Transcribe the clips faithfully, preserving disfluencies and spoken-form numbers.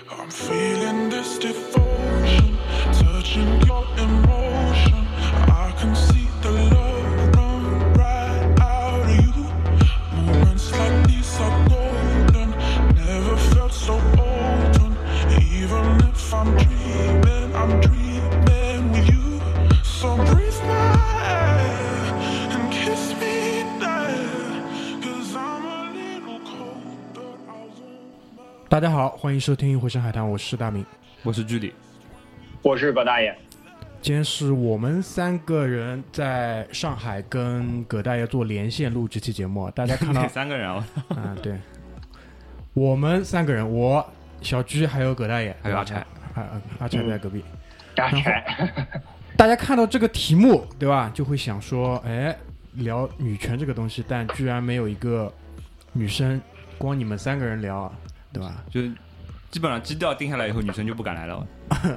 I'm feeling this devotion, touching your emotion. I can see the love run right out of you. Moments like these are golden, never felt so open. Even if I'm dreaming, I'm dreaming with you. So breathe my air and kiss me there, 'cause I'm a little cold, but I won't. 大家好，欢迎收听回声海滩，我是大明， 我是居里， 我是葛大爷。 今天是我们三个人在上海跟葛大爷做连线录这期节目，大家看到三个人啊， 啊，对，我们三个人，我小居还有葛大爷， 还有阿柴， 啊阿柴在隔壁。 阿柴， 大家看到这个题目，对吧？就会想说，哎，聊女权这个东西，但居然没有一个女生，光你们三个人聊，对吧？ 就基本上基调定下来以后，女生就不敢来了。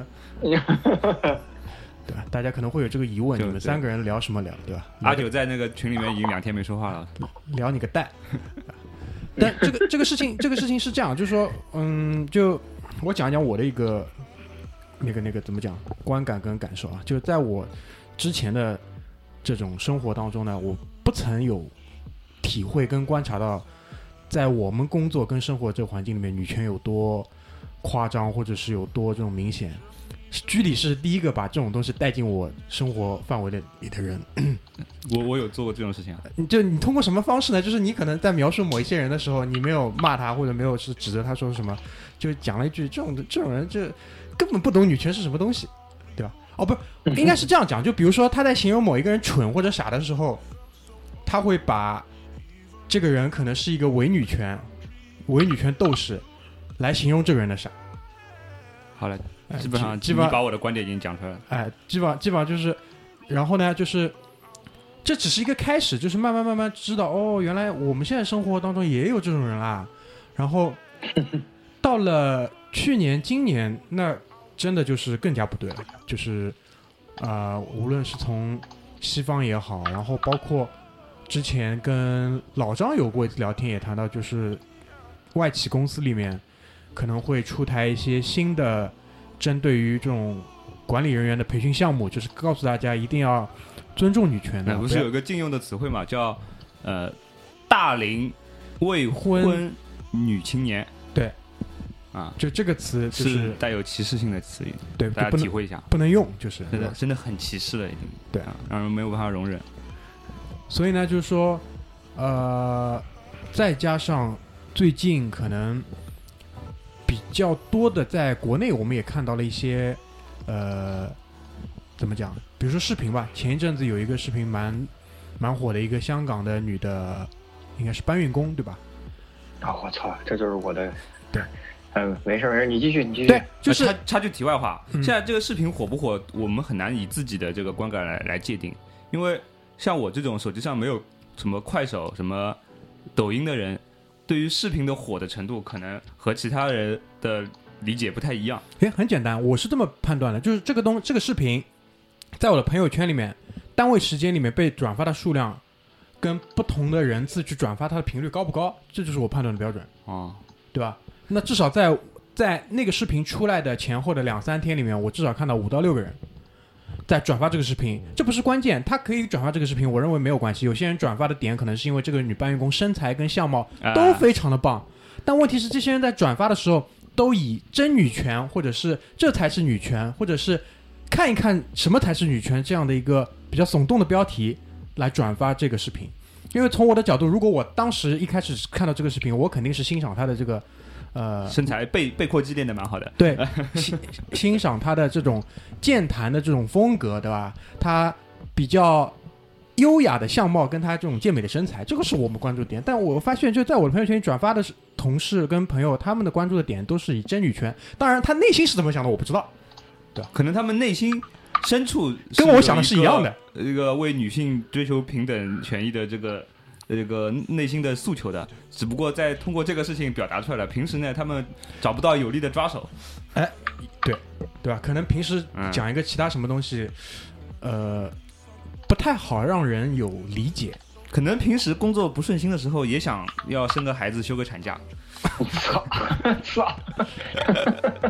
对吧？大家可能会有这个疑问， 就你们三个人聊什么聊，对吧？ 阿九在那个群里面已经两天没说话了， 聊你个蛋！但这个这个事情，这个事情是这样，就是说，嗯，就我讲一讲我的一个那个那个怎么讲观感跟感受啊，就是在我之前的这种生活当中呢，我不曾有体会跟观察到，在我们工作跟生活这个环境里面，女权有多夸张，或者是有多这种明显。居里是第一个把这种东西带进我生活范围里的人。 我我有做过这种事情啊。 就你通过什么方式呢？就是你可能在描述某一些人的时候，你没有骂他，或者没有是指责他说什么，就讲了一句这种这种人就根本不懂女权是什么东西，对吧？哦，不，应该是这样讲。就比如说他在形容某一个人蠢或者傻的时候，他会把这个人可能是一个伪女权、伪女权斗士来形容这个人的傻。 好了。基本上， 基本上你把我的观点已经讲出来了。 哎，基本上基本上就是，然后呢，就是这只是一个开始，就是慢慢慢慢知道，哦，原来我们现在生活当中也有这种人啦。然后到了去年、今年，那真的就是更加不对了，就是啊、呃，无论是从西方也好，然后包括之前跟老张有过一次聊天，也谈到，就是外企公司里面可能会出台一些新的。针对于这种管理人员的培训项目，就是告诉大家一定要尊重女权的。 不是有一个禁用的词汇嘛，叫呃大龄未婚女青年。 对， 啊， 就这个词就是、 是带有歧视性的词语， 对， 大家体会一下， 不能用，就是真的真的很歧视了，已经。 对啊，让人没有办法容忍。 所以呢，就是说，呃，再加上最近可能。比较多的，在国内我们也看到了一些，呃，怎么讲？比如说视频吧，前一阵子有一个视频蛮蛮火的，一个香港的女的，应该是搬运工，对吧？ 啊、哦，我操，这就是我的。 对， 嗯，没事没事，你继续，你继续。 对，就是插插句题外话， 嗯、 现在这个视频火不火，我们很难以自己的这个观感来来界定，因为像我这种手机上没有什么快手、什么抖音的人。对于视频的火的程度，可能和其他人的理解不太一样。 诶，很简单，我是这么判断的，就是这个东这个视频，在我的朋友圈里面，单位时间里面被转发的数量，跟不同的人次去转发它的频率高不高，这就是我判断的标准， 哦， 对吧？那至少在在那个视频出来的前后的两三天里面，我至少看到五到六个人。在转发这个视频，这不是关键，他可以转发这个视频，我认为没有关系。有些人转发的点可能是因为这个女搬运工身材跟相貌都非常的棒，啊、但问题是这些人在转发的时候都以真女权，或者是这才是女权，或者是看一看什么才是女权这样的一个比较耸动的标题来转发这个视频。因为从我的角度，如果我当时一开始看到这个视频，我肯定是欣赏他的这个。呃， 身材背背阔肌练得蛮好的， 对，欣欣赏他的这种健谈的这种风格，对吧？他比较优雅的相貌跟他这种健美的身材，这个是我们关注点。但我发现，就在我的朋友圈里转发的同事跟朋友，他们的关注的点都是以真女权。当然，他内心是怎么想的，我不知道，对吧？ 可能他们内心深处跟我想的是一样的， 一个为女性追求平等权益的这个。这个内心的诉求的，只不过在通过这个事情表达出来了。平时呢，他们找不到有力的抓手。 哎，对，对吧？可能平时讲一个其他什么东西，嗯、呃，不太好让人有理解。 可能平时工作不顺心的时候，也想要生个孩子，休个产假。 操操！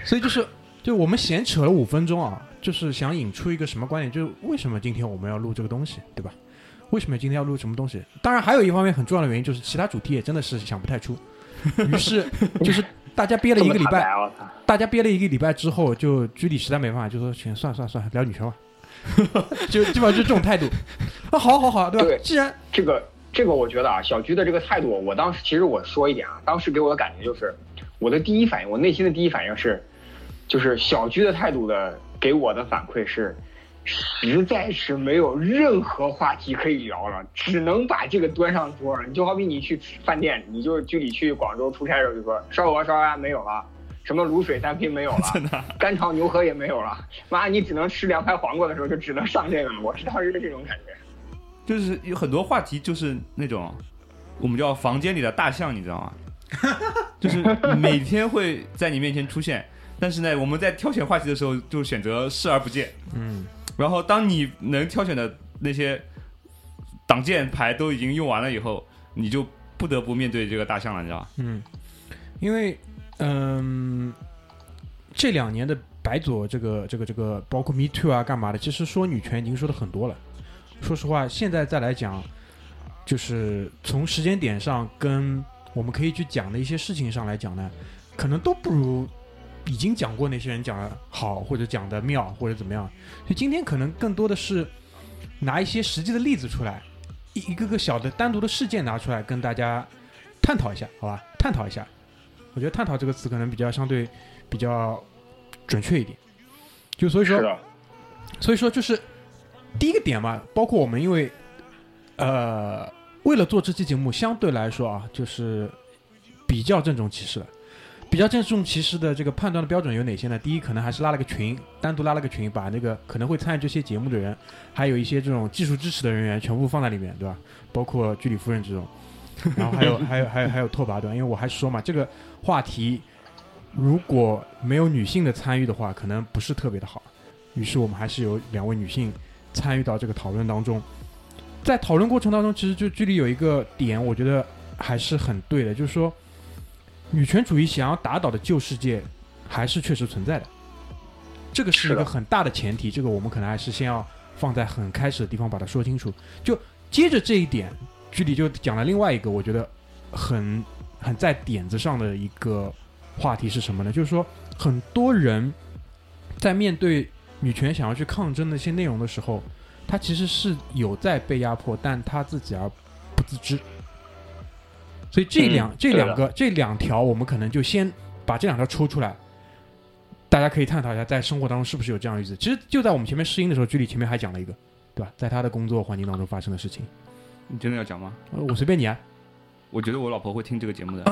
所以就是就我们闲扯了五分钟啊，就是想引出一个什么观点，就是为什么今天我们要录这个东西，对吧？为什么今天要录什么东西？当然还有一方面很重要的原因就是其他主题也真的是想不太出，于是就是大家憋了一个礼拜，大家憋了一个礼拜之后，就居里实在没办法，就说行，算了算了算了，聊女权吧，就基本上就这种态度。啊，好好好，对吧？ 对， 既然这个这个，我觉得啊，小居的这个态度，我当时其实我说一点啊，当时给我的感觉就是，我的第一反应，我内心的第一反应是，就是小居的态度的给我的反馈是。实在是没有任何话题可以聊了，只能把这个端上桌。你就好比你去饭店，你就距离去广州出差的时候就说烧鹅烧鸭没有了，什么卤水单拼没有了，干炒牛河也没有了，妈你只能吃凉排黄瓜的时候就只能上这个了。我是当时的这种感觉， 就是有很多话题就是那种我们叫房间里的大象，你知道吗？就是每天会在你面前出现，但是呢，我们在挑选话题的时候就选择视而不见。嗯。然后当你能挑选的那些挡箭牌都已经用完了以后，你就不得不面对这个大象了，你知道吧？ 嗯，因为嗯，这两年的白左这个这个这个，包括 Me Too 啊，干嘛的，其实说女权已经说的很多了。说实话，现在再来讲，就是从时间点上跟我们可以去讲的一些事情上来讲呢，可能都不如。已经讲过那些人讲的好，或者讲的妙，或者怎么样，所以今天可能更多的是拿一些实际的例子出来，一一个个小的单独的事件拿出来跟大家探讨一下，好吧？探讨一下，我觉得探讨这个词可能比较相对比较准确一点。就所以说，所以说就是第一个点嘛，包括我们因为呃为了做这期节目，相对来说啊，就是比较郑重其事了。比较郑重其事的这个判断的标准有哪些呢？第一，可能还是拉了个群，单独拉了个群，把那个可能会参与这些节目的人，还有一些这种技术支持的人员全部放在里面，对吧？包括居里夫人这种，然后还有还有还有还有拓跋，对吧？因为我还是说嘛，这个话题如果没有女性的参与的话，可能不是特别的好。于是我们还是有两位女性参与到这个讨论当中。在讨论过程当中，其实就居里有一个点，我觉得还是很对的，就是说。女权主义想要打倒的旧世界还是确实存在的，这个是一个很大的前提，这个我们可能还是先要放在很开始的地方把它说清楚。就接着这一点，居里就讲了另外一个我觉得很很在点子上的一个话题是什么呢？就是说很多人在面对女权想要去抗争的一些内容的时候，他其实是有在被压迫，但他自己而不自知。所以这两、嗯、这两个这两条，我们可能就先把这两条抽出来，大家可以探讨一下，在生活当中是不是有这样的例子。其实就在我们前面试音的时候，居里前面还讲了一个，对吧？在他的工作环境当中发生的事情。 你真的要讲吗？ 呃、我随便你啊。 我觉得我老婆会听这个节目的。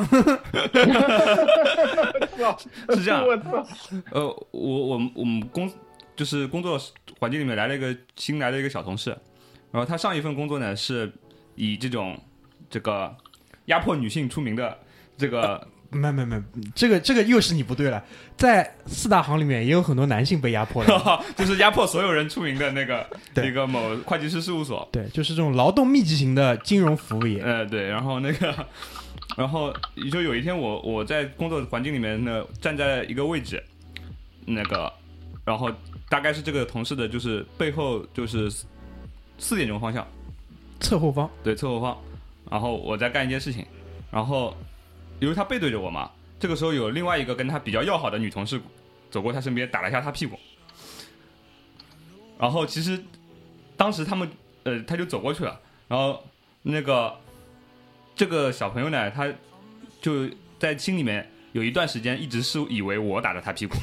是这样。呃，我我我们工就是工作环境里面来了一个新来的一个小同事，然后他上一份工作呢是以这种这个。压迫女性出名的这个， 没没没，这个这个又是你不对了。在四大行里面也有很多男性被压迫的， 就是压迫所有人出名的那个那个某会计师事务所。 对，就是这种劳动密集型的金融服务业。 呃，对，然后那个，然后就有一天我我在工作环境里面呢，站在一个位置，那个，然后大概是这个同事的，就是背后就是四点钟方向， 侧后方， 对，侧后方。然后我在干一件事情，然后由于他背对着我嘛，这个时候有另外一个跟他比较要好的女同事走过他身边，打了一下他屁股。然后其实当时他们呃他就走过去了，然后那个这个小朋友呢，他就在心里面有一段时间一直是以为我打了他屁股。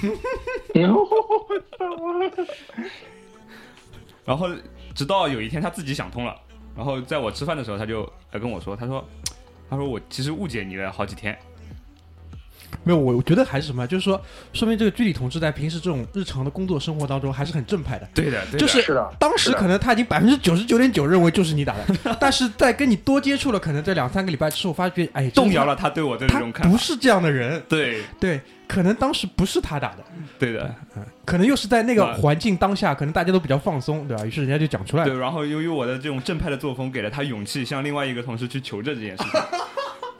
然后直到有一天他自己想通了。然后在我吃饭的时候，他就来跟我说，他说，他说我其实误解你了好几天。 没有，我我觉得还是什么，就是说，说明这个居里同志在平时这种日常的工作生活当中还是很正派的。 对的，对的， 就是当时可能他已经百分之九十九点九认为就是你打的，但是在跟你多接触了，可能这两三个礼拜之后，发觉哎， 动摇了他对我的这种看法。 他不是这样的人。 对对，可能当时不是他打的。 对的， 嗯，可能又是在那个环境当下，可能大家都比较放松，对吧？于是人家就讲出来了。 对，然后由于我的这种正派的作风，给了他勇气，向另外一个同事去求证这件事情。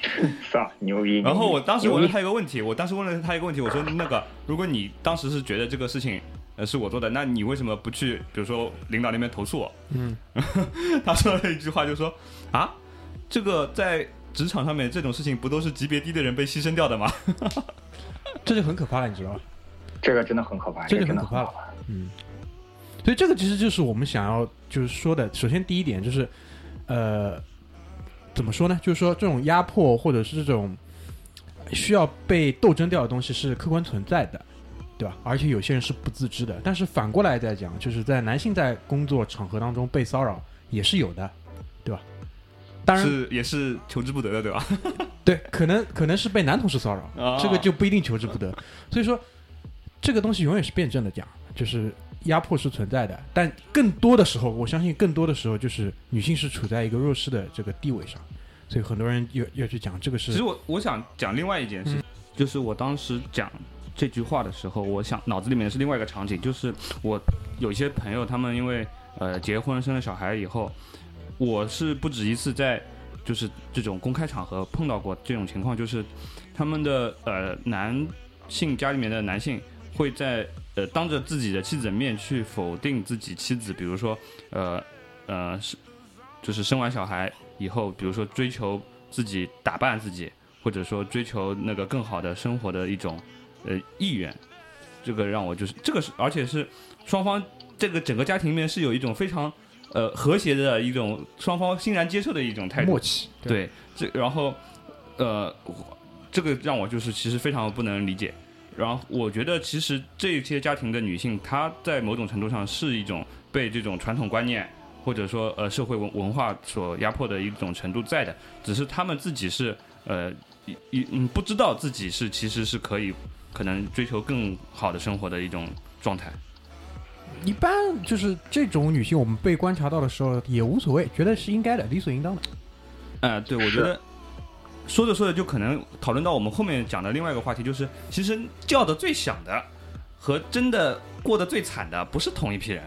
是吧？牛逼！ 然后我当时牛逼问了他一个问题，我当时问了他一个问题，我说那个，如果你当时是觉得这个事情呃是我做的，那你为什么不去，比如说领导那边投诉我？ 嗯， 他说了一句话，就说啊，这个在职场上面这种事情不都是级别低的人被牺牲掉的吗？ 这就很可怕了，你知道吧？ 这个真的很可怕， 这就个真的很可怕了。嗯，所以这个其实就是我们想要就是说的。首先第一点就是，呃，怎么说呢？就是说这种压迫或者是这种需要被斗争掉的东西是客观存在的，对吧？而且有些人是不自知的。但是反过来再讲，就是在男性在工作场合当中被骚扰也是有的，对吧？当然是也是求之不得的，对吧？ 对，可能可能是被男同事骚扰， 哦这个就不一定求之不得。所以说，这个东西永远是辩证的讲，就是压迫是存在的，但更多的时候，我相信更多的时候就是女性是处在一个弱势的这个地位上，所以很多人要要去讲这个是。 其实我我想讲另外一件事，嗯、就是我当时讲这句话的时候，我想脑子里面是另外一个场景，就是我有一些朋友，他们因为呃结婚生了小孩以后，我是不止一次在就是这种公开场合碰到过这种情况，就是他们的呃男性家里面的男性会在呃当着自己的妻子的面去否定自己妻子，比如说呃呃是就是生完小孩以后，比如说追求自己打扮自己，或者说追求那个更好的生活的一种呃意愿，这个让我就是这个是而且是双方这个整个家庭里面是有一种非常呃和谐的一种双方欣然接受的一种态度默契， 对，对这然后呃这个让我就是其实非常不能理解。然后我觉得其实这些家庭的女性，她在某种程度上是一种被这种传统观念或者说呃社会文文化所压迫的一种程度在的，只是她们自己是呃一嗯不知道自己是其实是可以可能追求更好的生活的一种状态。 一般就是这种女性，我们被观察到的时候也无所谓，觉得是应该的，理所应当的。 呃，对，我觉得说着说着就可能讨论到我们后面讲的另外一个话题，就是其实叫的最响的和真的过得最惨的不是同一批人。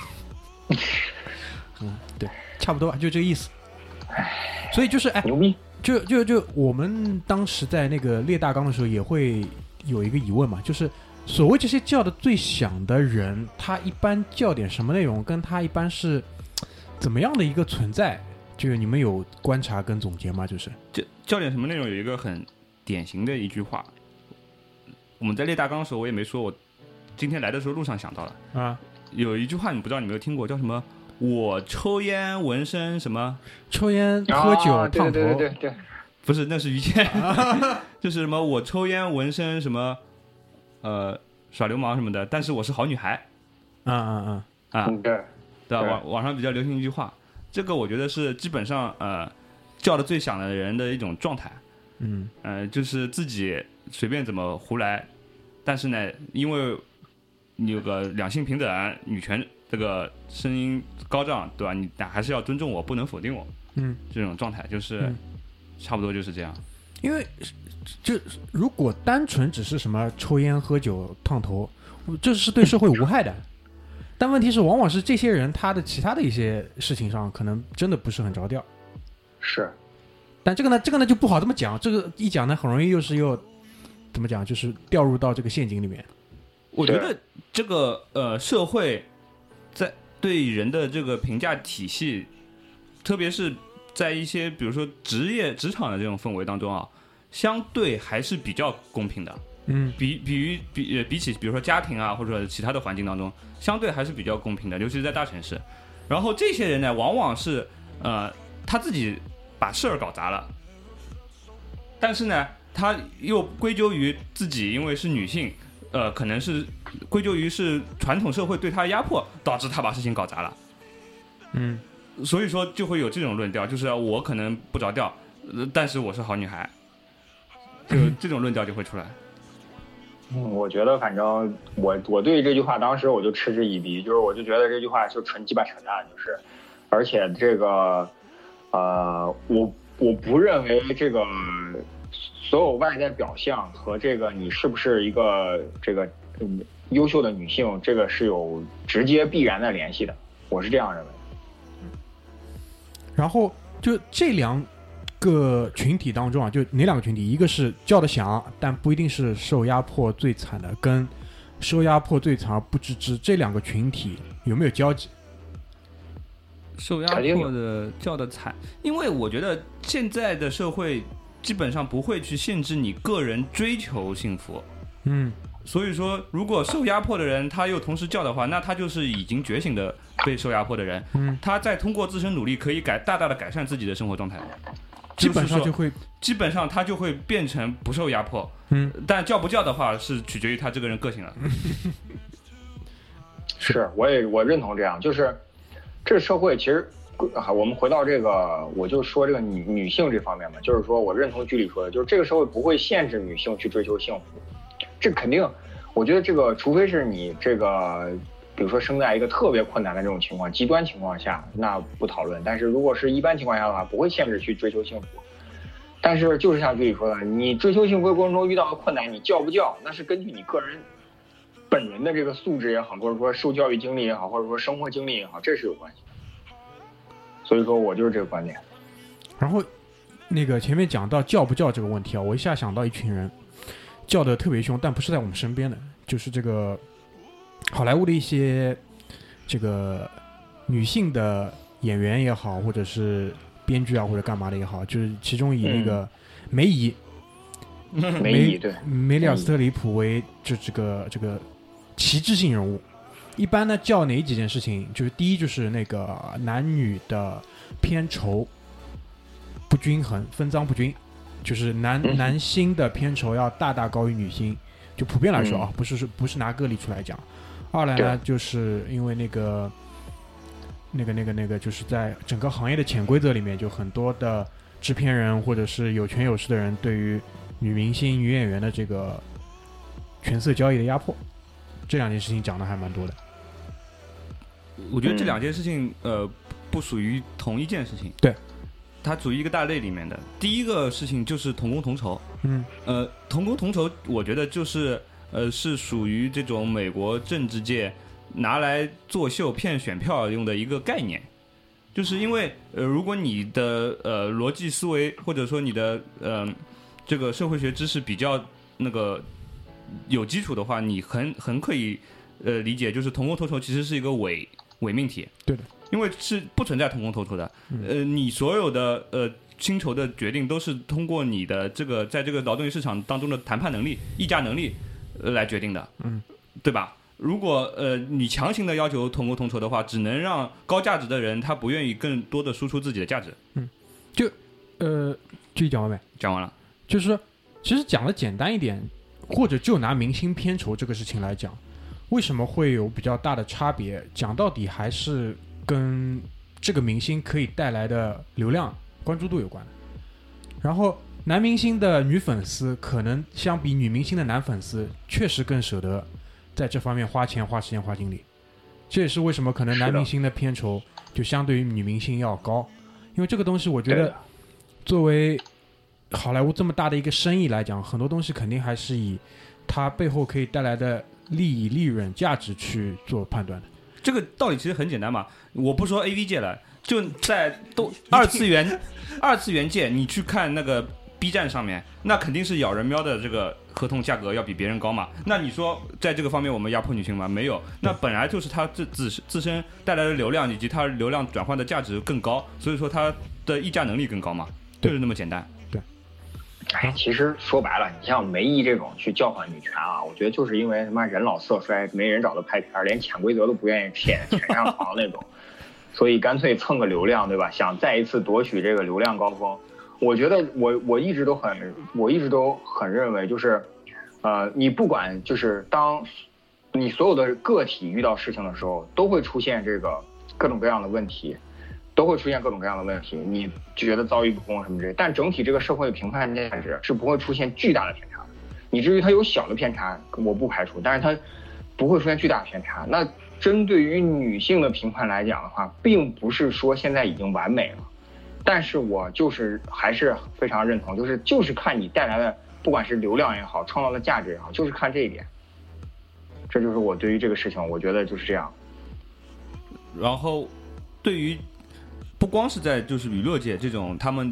嗯，对，差不多吧，就这个意思。所以就是哎， 牛逼！ 就就就我们当时在那个列大纲的时候，也会有一个疑问嘛，就是所谓这些叫的最响的人，他一般叫点什么内容，跟他一般是怎么样的一个存在？就是你们有观察跟总结吗？就是这叫点什么内容有一个很典型的一句话，我们在列大纲的时候我也没说，我今天来的时候路上想到了啊， 有一句话你不知道你没有听过，叫什么？我抽烟纹身什么？ 抽烟喝酒、 啊、 烫头， 对对对对对， 不是，那是于谦，就是什么我抽烟纹身什么，呃，耍流氓什么的，但是我是好女孩。 啊啊啊啊！ 嗯、对对吧？网网上比较流行一句话，这个我觉得是基本上呃叫的最响的人的一种状态。 嗯， 呃，就是自己随便怎么胡来，但是呢，因为你有个两性平等、女权这个声音高涨，对吧？你还是要尊重我，不能否定我。 嗯， 这种状态就是、 嗯、 差不多就是这样。 因为就如果单纯只是什么抽烟、喝酒、烫头，这是对社会无害的。但问题是，往往是这些人他的其他的一些事情上，可能真的不是很着调。 是， 但这个呢，这个呢就不好这么讲。这个一讲呢，很容易又是又怎么讲，就是掉入到这个陷阱里面。 我觉得这个呃社会在对人的这个评价体系，特别是在一些比如说职业职场的这种氛围当中啊，相对还是比较公平的。 嗯， 比比于比呃比起比如说家庭啊或者其他的环境当中，相对还是比较公平的，尤其是在大城市。然后这些人呢，往往是呃他自己把事儿搞砸了，但是呢，他又归咎于自己，因为是女性，呃，可能是归咎于是传统社会对他压迫，导致他把事情搞砸了。 嗯， 所以说就会有这种论调，就是我可能不着调，呃、但是我是好女孩，就这种论调就会出来。 嗯，我觉得反正我我对这句话当时我就嗤之以鼻，就是我就觉得这句话就纯鸡巴扯淡，就是，而且这个，呃，我我不认为这个所有外在表象和这个你是不是一个这个嗯优秀的女性，这个是有直接必然的联系的，我是这样认为。 然后就这两个群体当中啊，就哪两个群体？一个是叫的响，但不一定是受压迫最惨的，跟受压迫最惨而不自知，这两个群体有没有交集？ 受压迫的叫的惨，因为我觉得现在的社会基本上不会去限制你个人追求幸福。 嗯， 所以说，如果受压迫的人他又同时叫的话，那他就是已经觉醒的被受压迫的人。嗯，他在通过自身努力可以改大大的改善自己的生活状态。 基本上就会， 基本上他就会变成不受压迫。嗯，但叫不叫的话是取决于他这个人个性了。 是，我也我认同这样，就是这个社会其实啊，我们回到这个，我就说这个女女性这方面嘛，就是说我认同居里说的，就是这个社会不会限制女性去追求幸福，这肯定，我觉得这个除非是你这个。比如说生在一个特别困难的这种情况，极端情况下，那不讨论。但是如果是一般情况下的话，不会限制去追求幸福。但是就是像居里说的，你追求幸福的过程中遇到的困难，你叫不叫，那是根据你个人本人的这个素质也好，或者说受教育经历也好，或者说生活经历也好，这是有关系的。所以说我就是这个观点。 然后那个前面讲到叫不叫这个问题啊，我一下想到一群人叫的特别凶，但不是在我们身边的，就是这个。好莱坞的一些这个女性的演员也好，或者是编剧啊，或者干嘛的也好，就是其中以那个梅姨， 嗯、梅姨对梅丽尔·斯特里普为就这个这个旗帜性人物。一般呢叫哪几件事情？就是第一就是那个男女的片酬不均衡、分赃不均，就是男、嗯、男星的片酬要大大高于女星，就普遍来说啊，嗯、不是不是拿个例出来讲。二来呢，就是因为那个、那个、那个、那个，就是在整个行业的潜规则里面，就很多的制片人或者是有权有势的人对于女明星、女演员的这个权色交易的压迫，这两件事情讲的还蛮多的。 我觉得这两件事情，呃，不属于同一件事情。 对， 它属于一个大类里面的。第一个事情就是同工同酬。 嗯， 呃，同工同酬，我觉得就是。呃，是属于这种美国政治界拿来作秀骗选票用的一个概念，就是因为呃，如果你的呃逻辑思维或者说你的呃这个社会学知识比较那个有基础的话，你很很可以呃理解，就是同工同酬其实是一个伪伪命题。 对的， 因为是不存在同工同酬的。呃，你所有的呃薪酬的决定都是通过你的这个在这个劳动力市场当中的谈判能力、议价能力。来决定的， 嗯， 对吧？如果呃你强行的要求同工同酬的话，只能让高价值的人他不愿意更多的输出自己的价值。 嗯，就呃，继续讲完没？ 讲完了。 就是说，其实讲的简单一点，或者就拿明星片酬这个事情来讲，为什么会有比较大的差别？讲到底还是跟这个明星可以带来的流量、关注度有关的。然后。男明星的女粉丝可能相比女明星的男粉丝确实更舍得在这方面花钱、花时间、花精力，这也是为什么可能男明星的片酬就相对于女明星要高，因为这个东西我觉得作为好莱坞这么大的一个生意来讲，很多东西肯定还是以它背后可以带来的利益、利润、价值去做判断的。 这个道理其实很简单嘛，我不说 A V 界了，就在都二次元二次元界，你去看那个。B 站上面，那肯定是咬人喵的这个合同价格要比别人高嘛。那你说在这个方面我们压迫女性吗？没有，那本来就是它自自自身带来的流量以及它流量转换的价值更高，所以说它的议价能力更高嘛，就是那么简单。 对。 哎，其实说白了，你像梅姨这种去叫唤女权啊，我觉得就是因为他妈人老色衰，没人找他拍片，连潜规则都不愿意舔舔上床那种，所以干脆蹭个流量，对吧？想再一次夺取这个流量高峰。我觉得我我一直都很我一直都很认为，就是，呃，你不管就是当你所有的个体遇到事情的时候，都会出现这个各种各样的问题，都会出现各种各样的问题，你觉得遭遇不公什么之类，但整体这个社会的评判价值是不会出现巨大的偏差的。你至于它有小的偏差，我不排除，但是它不会出现巨大的偏差。那针对于女性的评判来讲的话，并不是说现在已经完美了。但是我就是还是非常认同，就是就是看你带来的，不管是流量也好，创造的价值也好，就是看这一点。这就是我对于这个事情，我觉得就是这样。 然后，对于不光是在就是娱乐界这种他们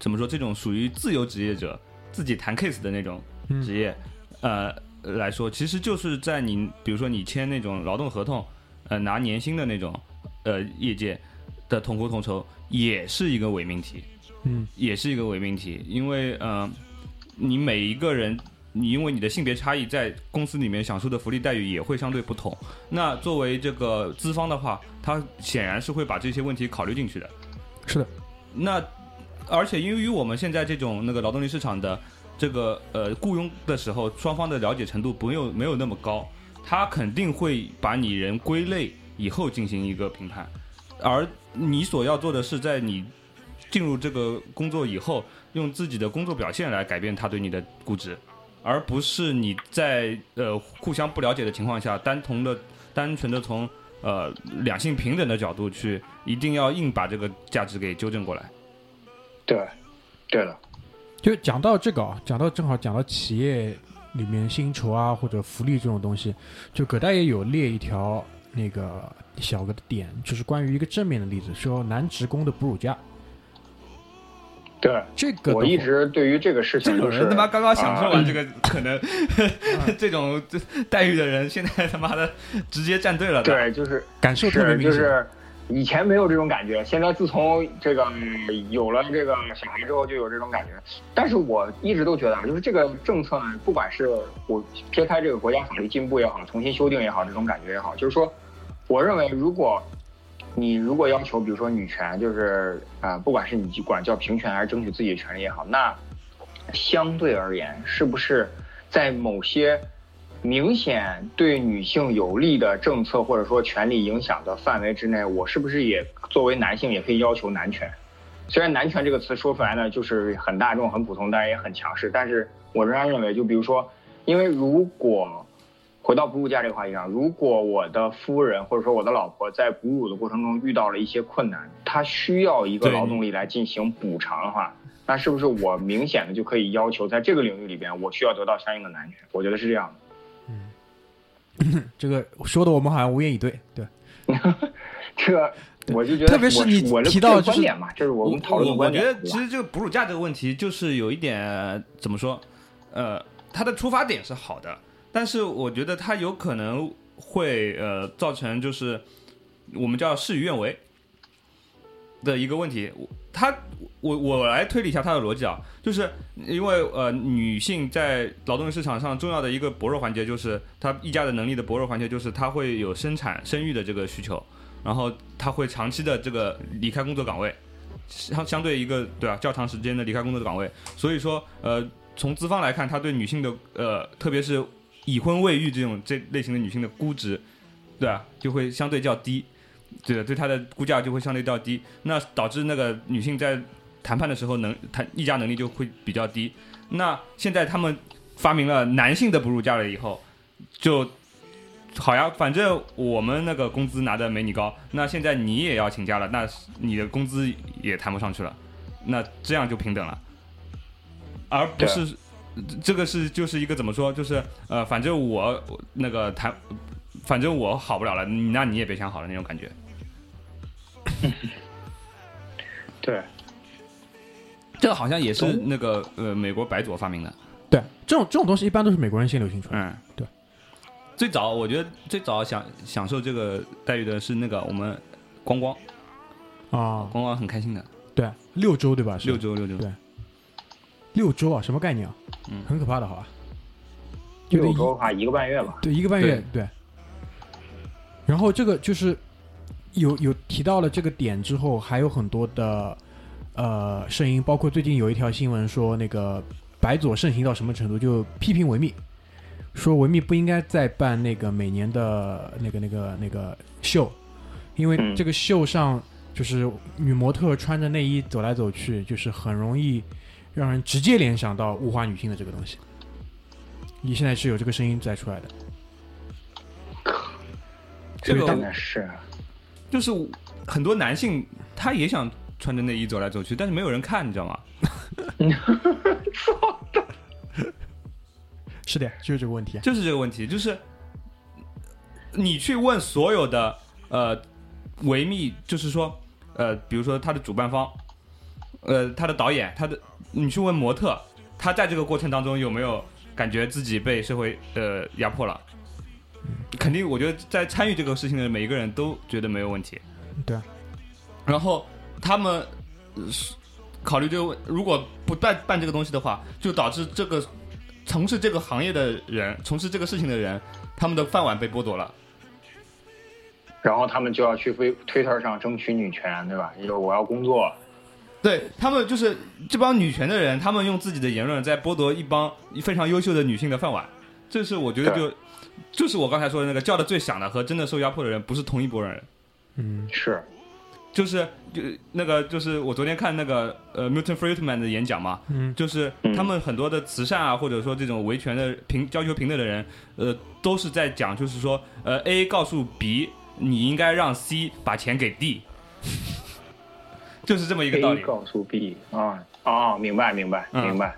怎么说这种属于自由职业者自己谈 case 的那种职业，嗯、呃来说，其实就是在你比如说你签那种劳动合同，呃拿年薪的那种呃业界的同工同酬，也是一个伪命题， 嗯， 也是一个伪命题，因为呃你每一个人。你因为你的性别差异，在公司里面享受的福利待遇也会相对不同。那作为这个资方的话，他显然是会把这些问题考虑进去的。 是的。 那而且因为我们现在这种那个劳动力市场的这个呃雇佣的时候，双方的了解程度没有没有那么高，他肯定会把你人归类以后进行一个评判。而你所要做的是，在你进入这个工作以后，用自己的工作表现来改变他对你的估值。而不是你在呃互相不了解的情况下，单从的单纯的从呃两性平等的角度去，一定要硬把这个价值给纠正过来。 对，对的。 就讲到这个啊，讲到正好讲到企业里面薪酬啊或者福利这种东西，就葛大爷有列一条那个小个的点，就是关于一个正面的例子，说男职工的哺乳假。 对， 这个我一直对于这个事情、就是， 这种人他妈刚刚享受完这个、啊、可能这种待遇的人，现在他妈的直接站队了。 对，就是感受特别明显。 就是以前没有这种感觉，现在自从这个有了这个小孩之后，就有这种感觉。但是我一直都觉得啊，就是这个政策呢，不管是我撇开这个国家法律进步也好，重新修订也好，这种感觉也好，就是说，我认为如果你如果要求，比如说女权，就是啊、呃，不管是你管叫平权还是争取自己的权利也好，那相对而言，是不是在某些明显对女性有利的政策或者说权利影响的范围之内，我是不是也作为男性也可以要求男权？虽然男权这个词说出来呢，就是很大众、很普通，当然也很强势，但是我仍然认为，就比如说，因为如果回到哺乳假这个话题上，如果我的夫人或者说我的老婆在哺乳的过程中遇到了一些困难，她需要一个劳动力来进行补偿的话，那是不是我明显的就可以要求在这个领域里边，我需要得到相应的男权？我觉得是这样的。 嗯，这个说的我们好像无言以对，对。 这个我就觉得， 特别是你提到观点嘛，这是我们讨论的观点。 我觉得其实这个哺乳假这个问题，就是有一点怎么说，呃，它的出发点是好的。但是我觉得它有可能会呃造成就是我们叫事与愿违的一个问题。它我我来推理一下它的逻辑啊，就是因为呃女性在劳动力市场上重要的一个薄弱环节，就是她议价的能力的薄弱环节，就是她会有生产生育的这个需求，然后她会长期的这个离开工作岗位，相相对一个对吧、啊、较长时间的离开工作的岗位，所以说呃从资方来看，他对女性的呃特别是已婚未育这种这类型的女性的估值，对吧、啊，就会相对较低，对的，对她的估价就会相对较低，那导致那个女性在谈判的时候能谈议价能力就会比较低。那现在他们发明了男性的哺乳假了以后，就好呀，反正我们那个工资拿的没你高，那现在你也要请假了，那你的工资也谈不上去了，那这样就平等了，而不是。这个是就是一个怎么说，就是呃，反正我那个谈，反正我好不了了，那你也别想好了那种感觉。 对， 这个好像也是那个呃美国白左发明的。 对，这种这种东西一般都是美国人先流行出来。 嗯， 对。 最早我觉得最早享享受这个待遇的是那个我们光光啊， 光光很开心的。 对，六周对吧？ 六周六周。 对。六周啊，什么概念啊？ 嗯， 很可怕的，好吧？ 六周的话，一个半月吧。 对，一个半月，对。对然后这个就是有有提到了这个点之后，还有很多的呃声音，包括最近有一条新闻说，那个白左盛行到什么程度，就批评维密，说维密不应该再办那个每年的那个那个那个秀，因为这个秀上就是女模特穿着内衣走来走去，就是很容易让人直接联想到物化女性的这个东西。你现在是有这个声音再出来的， 这个真的是， 就是很多男性他也想穿着内衣走来走去，但是没有人看，你知道吗？ 是的，就是这个问题， 就是这个问题，就是你去问所有的呃维密，就是说呃，比如说他的主办方， 呃，他的导演，他的你去问模特，他在这个过程当中有没有感觉自己被社会呃压迫了？肯定，我觉得在参与这个事情的每一个人都觉得没有问题。 对。 然后他们、呃、考虑这个，如果不办办这个东西的话，就导致这个从事这个行业的人，从事这个事情的人，他们的饭碗被剥夺了。 然后他们就要去推 Twitter 上争取女权，对吧？因为我要工作。 对，他们就是这帮女权的人，他们用自己的言论在剥夺一帮非常优秀的女性的饭碗。这是我觉得就就是我刚才说的那个叫的最响的和真的受压迫的人不是同一拨人。 嗯， 是， 就是就那个就是我昨天看那个呃 Milton Friedman 的演讲嘛， 嗯， 就是他们很多的慈善啊，或者说这种维权的平要求平等的人，呃，都是在讲，就是说呃 A 告诉 B 你应该让 C 把钱给 D。就是这么一个道理。 A 告诉 B 啊啊，明白明白、嗯、明白。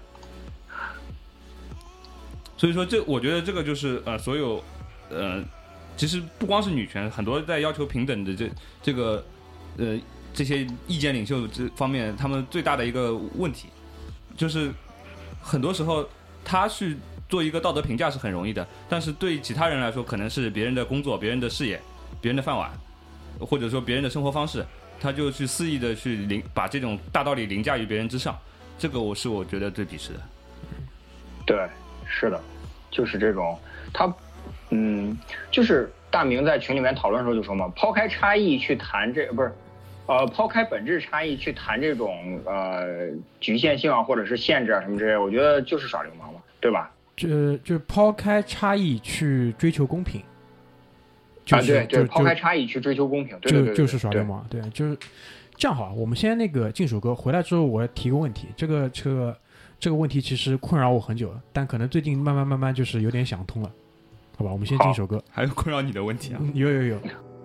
所以说这，我觉得这个就是呃，所有呃，其实不光是女权，很多在要求平等的这这个呃这些意见领袖这方面，他们最大的一个问题，就是很多时候他去做一个道德评价是很容易的，但是对其他人来说，可能是别人的工作、别人的事业、别人的饭碗，或者说别人的生活方式。他就去肆意的去凌把这种大道理凌驾于别人之上，这个我是我觉得最鄙视的。 对，是的，就是这种他，嗯，就是大明在群里面讨论的时候就说嘛，抛开差异去谈这不是，呃，抛开本质差异去谈这种呃局限性啊，或者是限制啊什么之类，我觉得就是耍流氓嘛，对吧？ 就就抛开差异去追求公平。就是、 啊，对对，抛开差异去追求公平，对对 对, 对， 就就是耍流氓，对，就是这样好。我们先那个进首歌回来之后，我提个问题，这个这个这个问题其实困扰我很久了，但可能最近慢慢慢慢就是有点想通了，好吧？我们先进首歌。 还有困扰你的问题啊？ 嗯、有有有。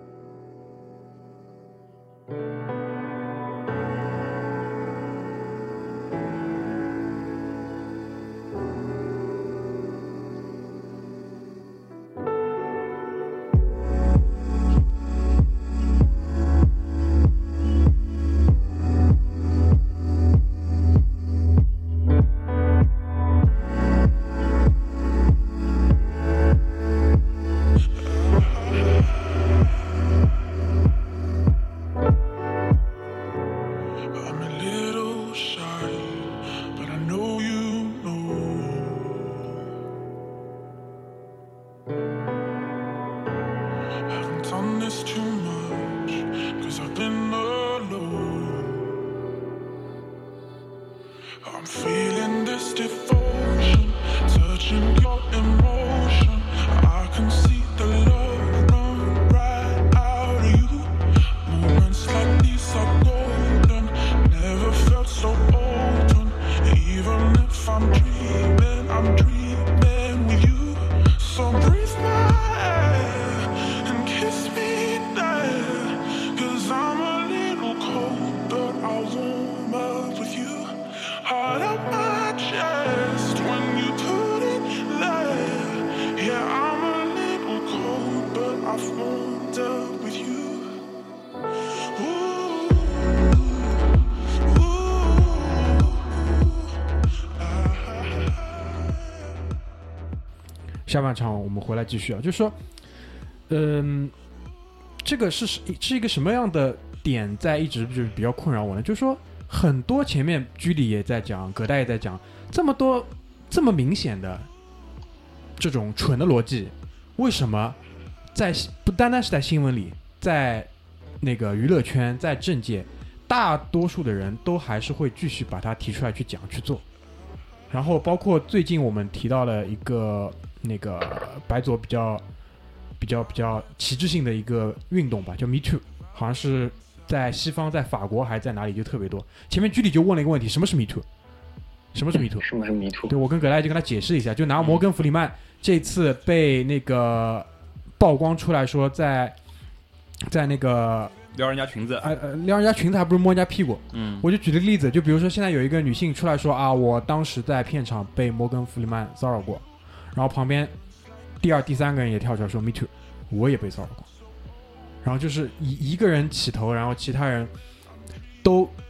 下半场我们回来继续啊，就是说，嗯，这个是是一个什么样的点在一直就是比较困扰我呢？就是说，很多前面居里也在讲，葛大也在讲，这么多这么明显的这种蠢的逻辑，为什么在不单单是在新闻里，在那个娱乐圈，在政界，大多数的人都还是会继续把它提出来去讲去做？然后包括最近我们提到了一个。那个白左比较比较比较旗帜性的一个运动吧，叫 Me Too， 好像是在西方，在法国还是在哪里就特别多。前面居里就问了一个问题，什么是 Me Too？ 什么是 Me Too？ 什么是 Me Too？ 对，我跟葛大就跟他解释一下，就拿摩根弗里曼这次被那个曝光出来说在在那个撩人家裙子， 呃呃，撩人家裙子还不是摸人家屁股。嗯，我就举个例子，就比如说现在有一个女性出来说啊，我当时在片场被摩根弗里曼骚扰过。然后旁边第二第三个人也跳出来说 Me too， 我也被骚扰过。然后就是一一个人起头，然后其他人都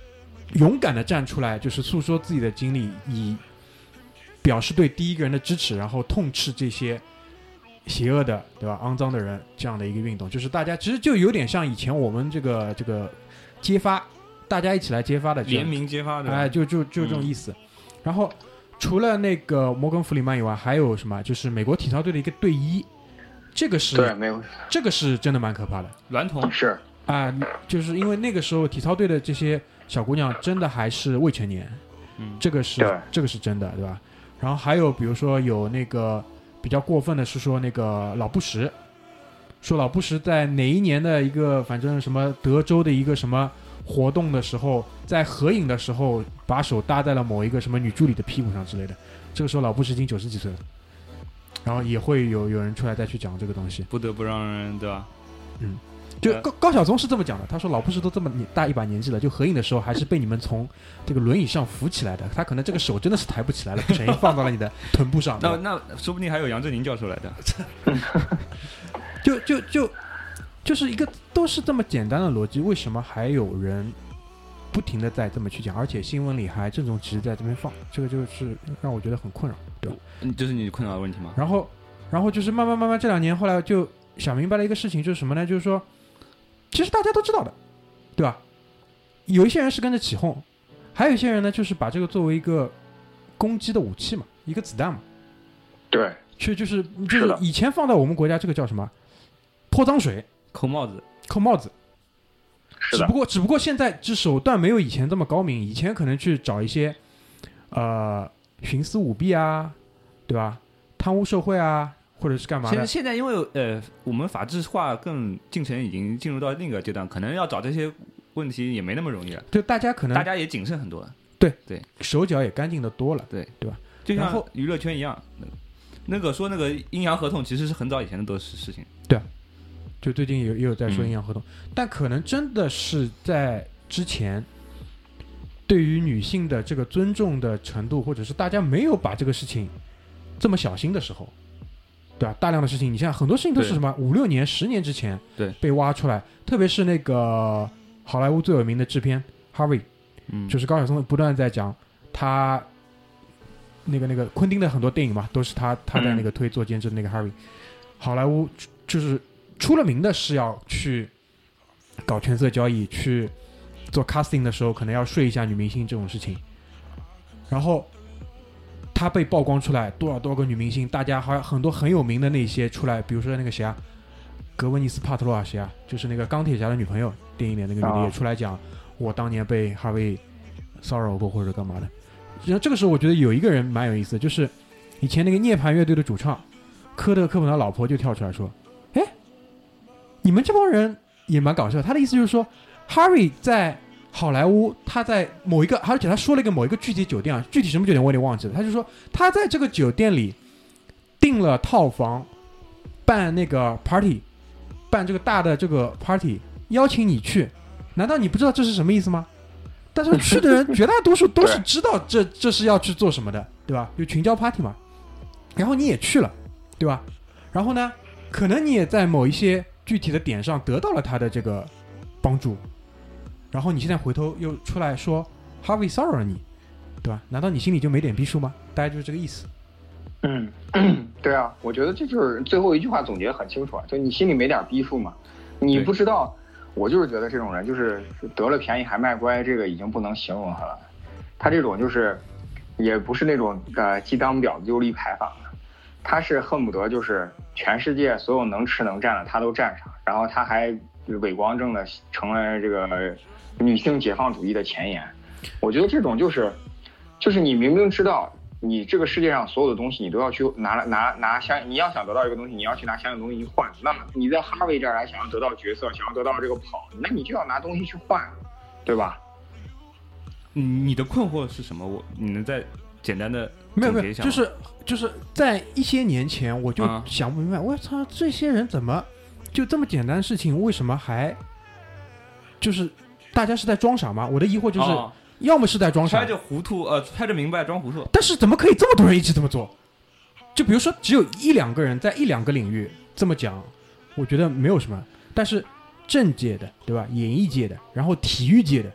勇敢的站出来，就是诉说自己的经历，以表示对第一个人的支持，然后痛斥这些邪恶的，对吧？肮脏的人，这样的一个运动，就是大家其实就有点像以前我们这个这个揭发，大家一起来揭发的联名揭发的， 哎，就就就这种意思。嗯、然后除了那个摩根弗里曼以外，还有什么？就是美国体操队的一个队医，这个是对，没有， 这个是真的蛮可怕的。 娈童是啊、呃，就是因为那个时候体操队的这些小姑娘真的还是未成年， 嗯， 这个是这个是真的，对吧？然后还有比如说有那个比较过分的是说那个老布什，说老布什在哪一年的一个反正什么德州的一个什么活动的时候，在合影的时候把手搭在了某一个什么女助理的屁股上之类的。这个时候老布什已经九十几岁了，然后也会有有人出来再去讲这个东西， 不得不让人对吧？ 嗯。就高高晓松是这么讲的，他说老布什都这么大一把年纪了，就合影的时候还是被你们从这个轮椅上扶起来的，他可能这个手真的是抬不起来了，不小心放到了你的臀部上。 那那说不定还有杨振宁教授来的。 就就就就是一个都是这么简单的逻辑，为什么还有人不停的在这么去讲，而且新闻里还郑重其事在这边放，这个就是让我觉得很困扰，对吧？ 嗯，这是你困扰的问题吗？ 然后然后就是慢慢慢慢这两年，后来就想明白了一个事情，就是什么呢？就是说。其实大家都知道的，对吧？有一些人是跟着起哄，还有一些人呢，就是把这个作为一个攻击的武器嘛，一个子弹嘛。 对， 去就是就是以前放在我们国家这个叫什么？泼脏水、 扣帽子、 扣帽子。 是的。 只不过只不过现在这手段没有以前这么高明，以前可能去找一些呃徇私舞弊啊，对吧？贪污受贿啊。或者是干嘛的？ 现在现在因为呃，我们法制化更进程已经进入到另一个阶段，可能要找这些问题也没那么容易了。 就大家可能大家也谨慎很多了。 对对， 手脚也干净的多了。 对对吧？ 就像娱乐圈一样，那个说那个阴阳合同其实是很早以前的都是事情。 对啊，就最近有也有在说阴阳合同， 嗯、 但可能真的是在之前，对于女性的这个尊重的程度，或者是大家没有把这个事情这么小心的时候。对吧？大量的事情，你像很多事情都是什么五六年、十年之前对被挖出来，特别是那个好莱坞最有名的制片 Harvey， 嗯， 就是高晓松不断在讲他那个那个昆汀的很多电影嘛，都是他他在那个推做监制的那个 Harvey，、嗯、好莱坞就是出了名的是要去搞权色交易，去做 casting 的时候可能要睡一下女明星这种事情，然后。他被曝光出来多少多少个女明星，大家还有很多很有名的那些出来，比如说那个谁啊，格温妮斯帕特洛啊，谁啊，就是那个钢铁侠的女朋友，电影里那个女的也出来讲，我当年被哈维骚扰过或者干嘛的。然后这个时候我觉得有一个人蛮有意思的，就是以前那个涅槃乐队的主唱科特·科本的老婆就跳出来说，哎，你们这帮人也蛮搞笑。他的意思就是说，哈维在好莱坞，他在某一个，而且他说了一个某一个具体酒店啊，具体什么酒店我有点忘记了。他就说他在这个酒店里订了套房，办那个 party， 办这个大的这个 party， 邀请你去，难道你不知道这是什么意思吗？但是去的人绝大多数都是知道这这是要去做什么的，对吧？就群交 party 嘛。然后你也去了，对吧？然后呢，可能你也在某一些具体的点上得到了他的这个帮助。然后你现在回头又出来说 Harvey 骚扰了你，对吧？难道你心里就没点逼数吗？大概就是这个意思。 嗯，对啊，我觉得这就是最后一句话总结很清楚啊，就你心里没点逼数嘛，你不知道。我就是觉得这种人就是得了便宜还卖乖，这个已经不能形容他了。他这种就是也不是那种呃既当婊子又立牌坊的，他是恨不得就是全世界所有能吃能占的他都占上，然后他还伪光正的成了这个女性解放主义的前沿。我觉得这种就是就是你明明知道你这个世界上所有的东西你都要去拿拿拿相，你要想得到一个东西，你要去拿相应的东西去换。那么你在哈维这儿来想要得到角色，想要得到这个跑，那你就要拿东西去换，对吧？ 嗯，你的困惑是什么？我你能再简单的没有没有，就是就是在一些年前我就想不明白，我、嗯、操，这些人怎么就这么简单的事情，为什么还就是大家是在装傻吗？我的疑惑就是。哦，要么是在装傻， 揣着糊涂，呃，揣着明白装糊涂。 但是怎么可以这么多人一起这么做？就比如说，只有一两个人在一两个领域这么讲，我觉得没有什么。但是政界的，对吧？演艺界的，然后体育界的，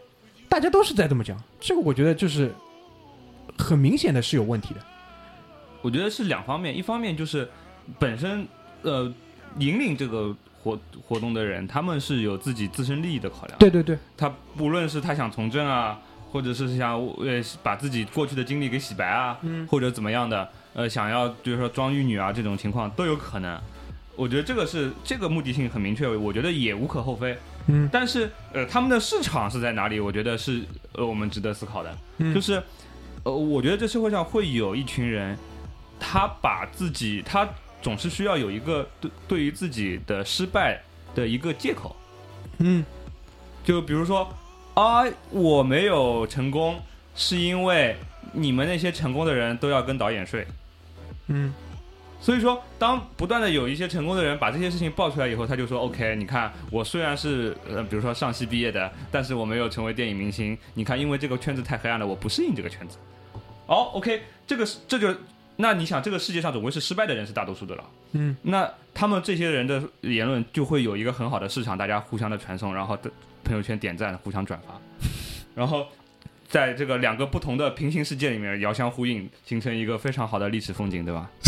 大家都是在这么讲，这个我觉得就是很明显的是有问题的。 我觉得是两方面，一方面就是本身呃引领这个活活动的人，他们是有自己自身利益的考量。 对对对， 他无论是他想从政啊，或者是想呃把自己过去的经历给洗白啊， 嗯， 或者怎么样的，呃想要比如说装玉女啊这种情况都有可能。我觉得这个是这个目的性很明确，我觉得也无可厚非。 嗯， 但是呃他们的市场是在哪里？我觉得是呃我们值得思考的。 嗯， 就是呃我觉得这社会上会有一群人，他把自己他总是需要有一个对对于自己的失败的一个借口。 嗯， 就比如说啊，我没有成功，是因为你们那些成功的人都要跟导演睡。 嗯， 所以说，当不断的有一些成功的人把这些事情爆出来以后，他就说 ：“OK， 你看，我虽然是呃，比如说上戏毕业的，但是我没有成为电影明星。你看，因为这个圈子太黑暗了，我不适应这个圈子。”哦 ，OK， 这个这就那你想，这个世界上总归是失败的人是大多数的了。 嗯， 那他们这些人的言论就会有一个很好的市场，大家互相的传送，然后朋友圈点赞，互相转发，然后在这个两个不同的平行世界里面遥相呼应，形成一个非常好的历史风景，对吧？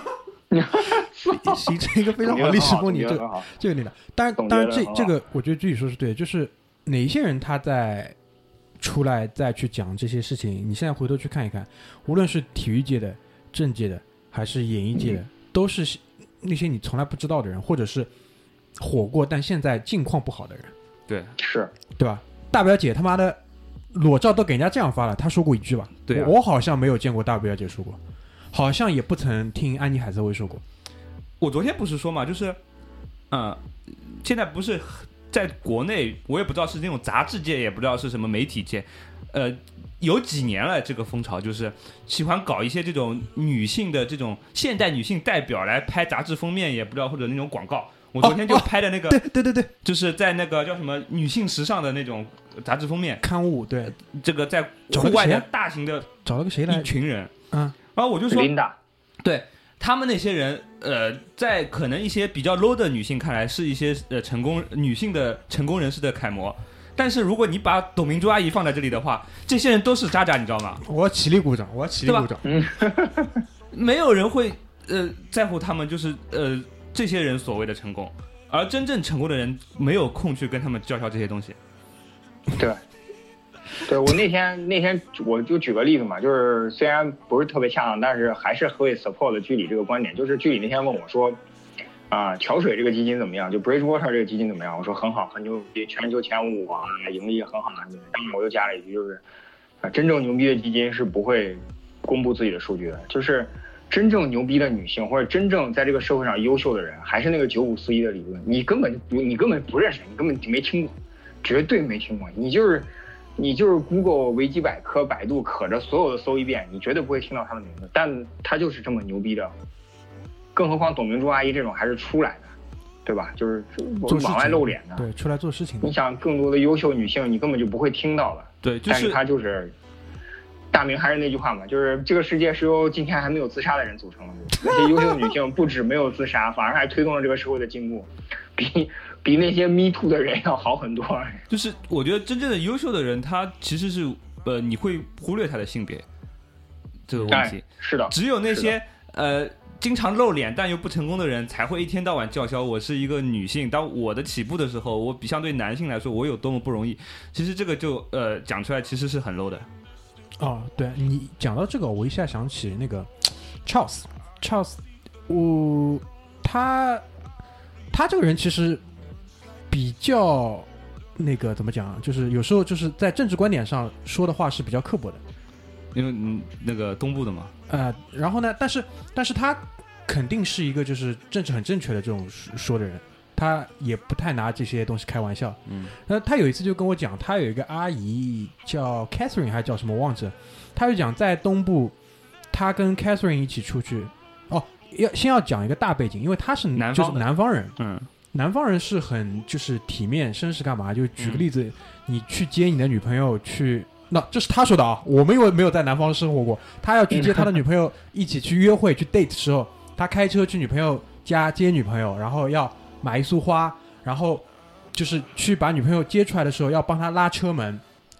形成一个非常好的历史风景，这个这个你的。当然，当然这这个我觉得具体说是对的，就是哪一些人他在出来再去讲这些事情，你现在回头去看一看，无论是体育界的、政界的，还是演艺界的，嗯、都是那些你从来不知道的人，或者是火过但现在境况不好的人。 对， 是， 对吧？大表姐他妈的裸照都给人家这样发了，她说过一句吧？ 对、啊我，我好像没有见过大表姐说过，好像也不曾听安妮海瑟薇说过。 我昨天不是说嘛，就是，嗯、呃，现在不是在国内，我也不知道是那种杂志界，也不知道是什么媒体界，呃，有几年了，这个风潮就是喜欢搞一些这种女性的这种现代女性代表来拍杂志封面，也不知道或者那种广告。我昨天就拍的那个， 哦哦、对对对对， 就是在那个叫什么女性时尚的那种杂志封面刊物，对， 这个在户外的大型的找了个谁来？ 一群人， 嗯， 然后我就说， 琳达， 对。他们那些人，呃，在可能一些比较 low 的女性看来，是一些呃成功女性的成功人士的楷模。但是如果你把董明珠阿姨放在这里的话，这些人都是渣渣，你知道吗？ 我要起立鼓掌，我要起立鼓掌。 嗯，没有人会呃在乎他们，就是呃这些人所谓的成功，而真正成功的人没有空去跟他们叫嚣这些东西。 对。对，我那天那天我就举个例子嘛，就是虽然不是特别恰当，但是还是会 support 居里这个观点。就是居里那天问我说，啊、呃，桥水这个基金怎么样？就 Bridgewater 这个基金怎么样？我说很好，很牛逼，全球前五啊，盈利很好。当然我又加了一句，就是啊，真正牛逼的基金是不会公布自己的数据的。就是真正牛逼的女性或者真正在这个社会上优秀的人，还是那个九五四一的理论，你根本不你根本不认识，你根本没听过，绝对没听过，你就是。你就是 Google 维基百科、百度可着所有的搜一遍，你绝对不会听到他的名字，但他就是这么牛逼的。更何况董明珠阿姨这种还是出来的，对吧？就是往外露脸的， 对，出来做事情的。 你想更多的优秀女性，你根本就不会听到的。 对，就是、 但是她就是大明还是那句话嘛，就是这个世界是由今天还没有自杀的人组成的。那些优秀的女性不止没有自杀，反而还推动了这个社会的进步，比。比那些 me too 的人要好很多。 就是我觉得真正的优秀的人，他其实是呃，你会忽略他的性别这个问题。 哎、是的， 只有那些呃经常露脸但又不成功的人，才会一天到晚叫嚣我是一个女性。当我的起步的时候，我比相对男性来说，我有多么不容易。其实这个就呃讲出来，其实是很 low 的。 哦，对你讲到这个，我一下想起那个 Charles Charles， 我他他这个人其实。比较那个怎么讲，就是有时候就是在政治观点上说的话是比较刻薄的， 因为嗯那个东部的嘛， 呃，然后呢，但是但是他肯定是一个就是政治很正确的这种说的人，他也不太拿这些东西开玩笑。 嗯， 那他有一次就跟我讲，他有一个阿姨叫 Catherine 还是叫什么忘记了，他就讲在东部，他跟 Catherine 一起出去，哦，要先要讲一个大背景，因为他是南就是南方人， 嗯。 南方人是很就是体面绅士干嘛？就举个例子，嗯、你去接你的女朋友去，那这是他说的啊，我们因为没有在南方生活过，他要去接他的女朋友一起去约会去 date 的时候，他开车去女朋友家接女朋友，然后要买一束花，然后就是去把女朋友接出来的时候要帮他拉车门，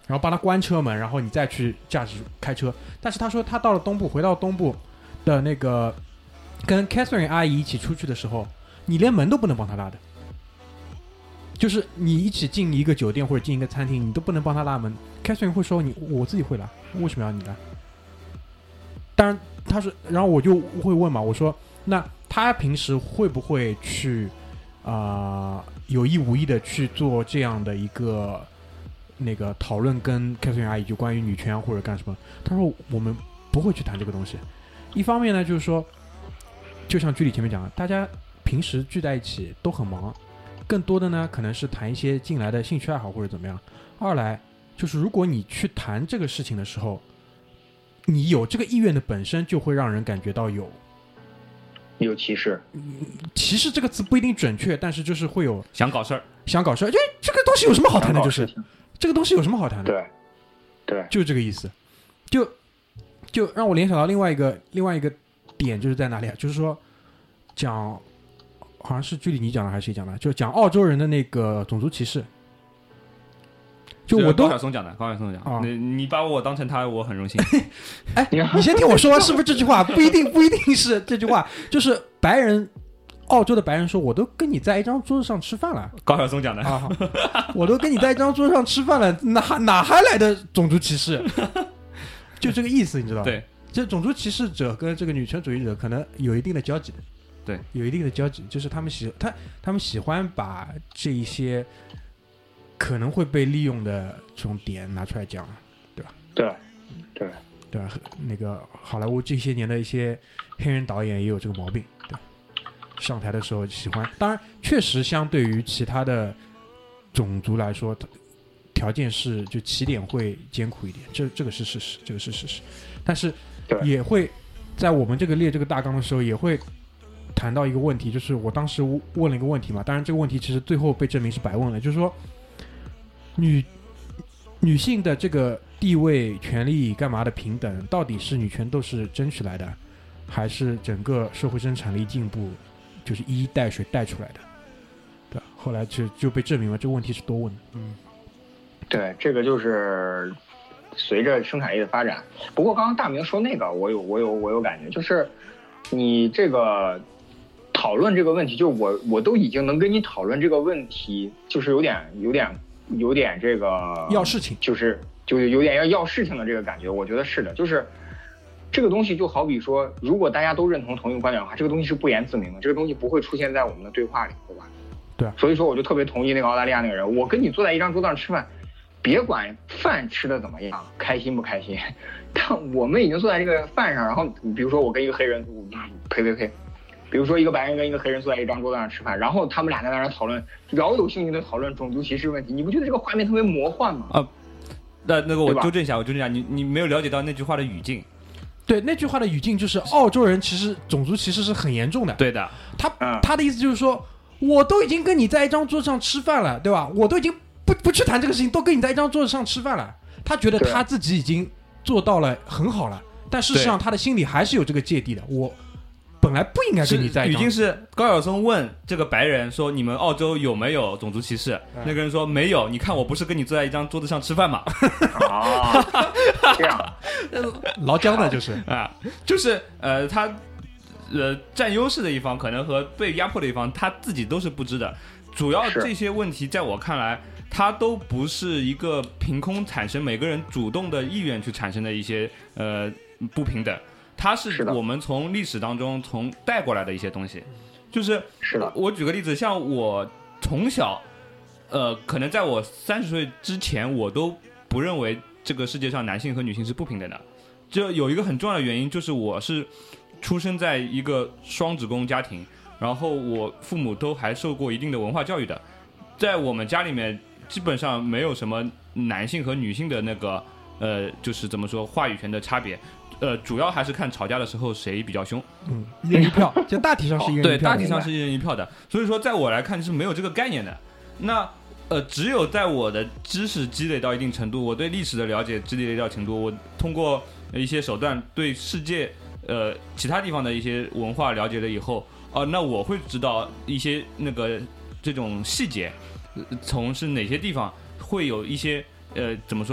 然后帮他关车门，然后你再去驾驶开车。但是他说他到了东部，回到东部的那个跟 Catherine 阿姨一起出去的时候，你连门都不能帮他拉的，就是你一起进一个酒店或者进一个餐厅，你都不能帮他拉门。Catherine 会说你我自己会拉，为什么要你拉？当然他是，然后我就会问嘛，我说那他平时会不会去啊、呃、有意无意的去做这样的一个那个讨论，跟 Catherine 阿姨就关于女权或者干什么？他说我们不会去谈这个东西。一方面呢，就是说，就像剧里前面讲的，大家平时聚在一起都很忙，更多的呢可能是谈一些进来的兴趣爱好或者怎么样。二来就是如果你去谈这个事情的时候，你有这个意愿的本身就会让人感觉到有有歧视。 歧视这个词不一定准确，但是就是会有想搞事儿， 想搞事儿，就这个东西有什么好谈的？就是这个东西有什么好谈的？ 对，对， 就是这个意思。就就让我联想到另外一个另外一个点，就是在哪里啊？就是说讲，好像是剧里你讲的还是谁讲的？就讲澳洲人的那个种族歧视。就我都高晓松讲的，高晓松讲的、哦，你你把我当成他，我很荣幸。 哎，你先听我说完，是不是这句话？不一定，不一定是这句话，就是白人，澳洲的白人说，我都跟你在一张桌子上吃饭了。 高晓松讲的啊，我都跟你在一张桌子上吃饭了，哪哪还来的种族歧视？就这个意思，你知道吗？ 对， 这种族歧视者跟这个女权主义者可能有一定的交集的。 对， 有一定的交集，就是他们喜他他们喜欢把这一些可能会被利用的这种点拿出来讲，对吧？ 对，对， 对吧？那个好莱坞这些年的一些黑人导演也有这个毛病，对，上台的时候喜欢，当然确实相对于其他的种族来说，条件是就起点会艰苦一点，这这个是事实，这个是事实，但是也会在我们这个列这个大纲的时候也会谈到一个问题，就是我当时问了一个问题嘛，当然这个问题其实最后被证明是白问了，就是说女女性的这个地位、权利干嘛的平等，到底是女权斗士争取来的，还是整个社会生产力进步就是一一带水带出来的？对，后来就就被证明了这个问题是多问的。嗯， 对，这个就是随着生产力的发展。不过刚刚大明说那个，我有我有我有感觉，就是你这个讨论这个问题，就我我都已经能跟你讨论这个问题，就是有点有点。有点这个要事情， 就是就是有点要要事情的这个感觉，我觉得是的，就是这个东西就好比说，如果大家都认同同一个观点的话，这个东西是不言自明的，这个东西不会出现在我们的对话里，对吧？ 对。 所以说，我就特别同意那个澳大利亚那个人，我跟你坐在一张桌子上吃饭，别管饭吃的怎么样，开心不开心，但我们已经坐在这个饭上，然后比如说我跟一个黑人，呸呸呸。比如说一个白人跟一个黑人坐在一张桌子上吃饭，然后他们俩在那儿讨论，饶有兴趣的讨论种族歧视问题，你不觉得这个画面特别魔幻吗？ 啊，那那个我纠正一下，我纠正一下，你你没有了解到那句话的语境。 对，那句话的语境就是澳洲人其实种族歧视是很严重的。 对的， 他、嗯、他的意思就是说，我都已经跟你在一张桌子上吃饭了，对吧？我都已经不不去谈这个事情，都跟你在一张桌子上吃饭了。他觉得他自己已经做到了很好了，但事实上他的心里还是有这个芥蒂的。我。本来不应该跟你在一张， 语境是高晓松问这个白人说：“你们澳洲有没有种族歧视？”嗯、那个人说：“没有。”你看我不是跟你坐在一张桌子上吃饭吗？ 啊，这样， 老姜的就是啊，就是呃，他呃占优势的一方，可能和被压迫的一方，他自己都是不知的。主要这些问题，在我看来，它都不是一个凭空产生，每个人主动的意愿去产生的一些呃不平等。它是我们从历史当中从带过来的一些东西，就是我举个例子，像我从小，呃，可能在我三十岁之前，我都不认为这个世界上男性和女性是不平等的。这有一个很重要的原因，就是我是出生在一个双职工家庭，然后我父母都还受过一定的文化教育的，在我们家里面基本上没有什么男性和女性的那个呃，就是怎么说话语权的差别。呃，主要还是看吵架的时候谁比较凶， 嗯，一人一票，就大体上是一人一票， 对，大体上是一人一票的。所以说，在我来看是没有这个概念的。那呃，只有在我的知识积累到一定程度，我对历史的了解积累到程度，我通过一些手段对世界呃其他地方的一些文化了解了以后，哦、呃，那我会知道一些那个这种细节，从是哪些地方会有一些呃怎么说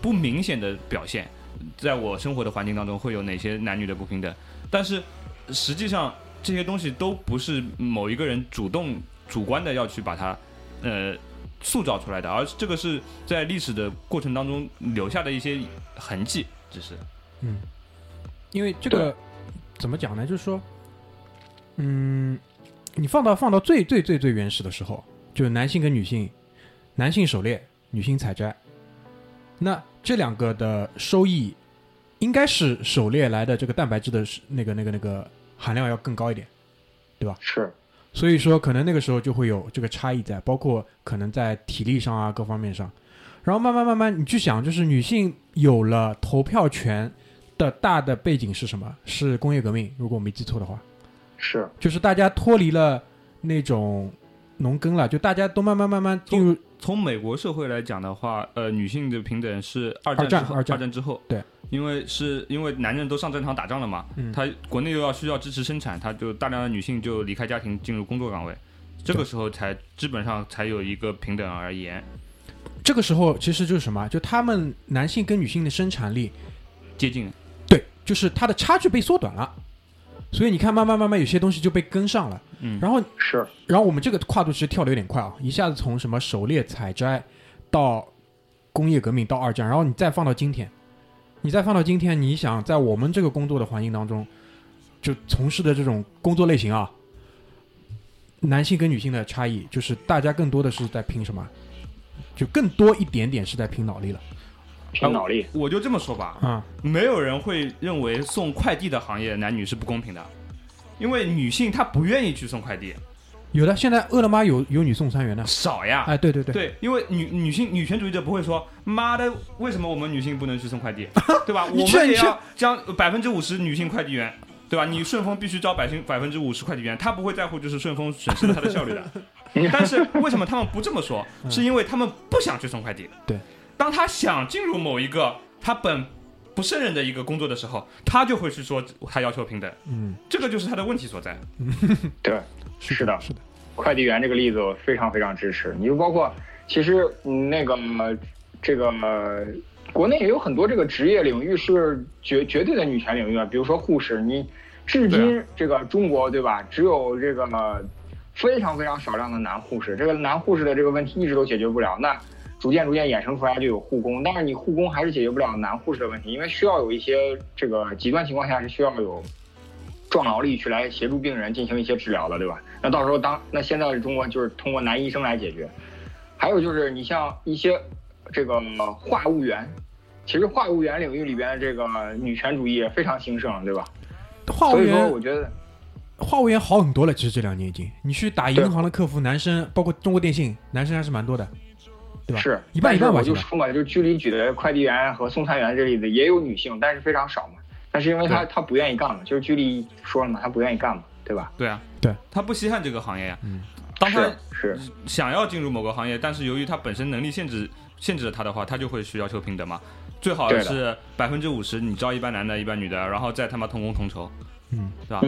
不明显的表现，在我生活的环境当中会有哪些男女的不平等，但是实际上这些东西都不是某一个人主动主观的要去把它呃塑造出来的，而这个是在历史的过程当中留下的一些痕迹，只是嗯，因为这个怎么讲呢？就是说，嗯，你放到放到最最最最原始的时候，就是男性跟女性，男性狩猎，女性采摘，那这两个的收益应该是狩猎来的这个蛋白质的那个那个那个含量要更高一点，对吧？ 是， 所以说可能那个时候就会有这个差异在，包括可能在体力上啊各方面上，然后慢慢慢慢你去想，就是女性有了投票权的大的背景是什么？是工业革命，如果我没记错的话， 是， 就是大家脱离了那种农耕了，就大家都慢慢慢慢进入。 从美国社会来讲的话，呃，女性的平等是二战之后， 二战， 二战之后， 对， 因为是因为男人都上战场打仗了嘛， 嗯， 他国内又要需要支持生产，他就大量的女性就离开家庭进入工作岗位，这个时候才基本上才有一个平等而言。 这个时候其实就是什么？就他们男性跟女性的生产力接近了， 对，就是它的差距被缩短了。所以你看，慢慢慢慢有些东西就被跟上了， 嗯， 然后是， 然后我们这个跨度其实跳得有点快啊，一下子从什么狩猎采摘到工业革命到二战，然后你再放到今天，你再放到今天，你想在我们这个工作的环境当中，就从事的这种工作类型啊，男性跟女性的差异，就是大家更多的是在拼什么，就更多一点点是在拼脑力了。 拼脑力， 我就这么说吧， 啊、 嗯，没有人会认为送快递的行业男女是不公平的，因为女性她不愿意去送快递。 有的，现在饿了么有有女送餐员的， 少呀。 哎，对对对， 对，因为女女性女权主义者不会说，妈的，为什么我们女性不能去送快递，对吧？我们也要将百分之五十女性快递员，对吧？你顺丰必须招百分百分之五十快递员，他不会在乎就是顺丰损失了他的效率的。但是为什么他们不这么说？是因为他们不想去送快递。 对。 当他想进入某一个他本不胜任的一个工作的时候，他就会去说他要求平等。 嗯， 这个就是他的问题所在。 对， 是的， 是的。 快递员这个例子我非常非常支持。你就包括其实那个这个国内也有很多这个职业领域是绝绝对的女权领域啊，比如说护士，你至今这个中国对吧，只有这个非常非常少量的男护士，这个男护士的这个问题一直都解决不了。那逐渐逐渐衍生出来就有护工，但是你护工还是解决不了男护士的问题，因为需要有一些这个极端情况下是需要有壮劳力去来协助病人进行一些治疗的，对吧？那到时候当那现在中国就是通过男医生来解决。还有就是你像一些这个话务员，其实话务员领域里边的这个女权主义也非常兴盛，对吧？ 话务员， 所以说我觉得话务员好很多了，其实这两年已经，你去打银行的客服，男生包括中国电信，男生还是蛮多的。对吧？ 是一半一半吧。 我就说嘛，就剧里举的快递员和送餐员这例子也有女性，但是非常少嘛。但是因为她她不愿意干嘛，就是剧里说了嘛，她不愿意干嘛，对吧？ 对啊， 对， 她不稀罕这个行业呀。 嗯， 当她是想要进入某个行业，但是由于她本身能力限制限制了她的话，她就会去要求平等嘛。最好是百分之五十，你招一半男的，一半女的，然后再他妈同工同酬， 嗯， 对吧？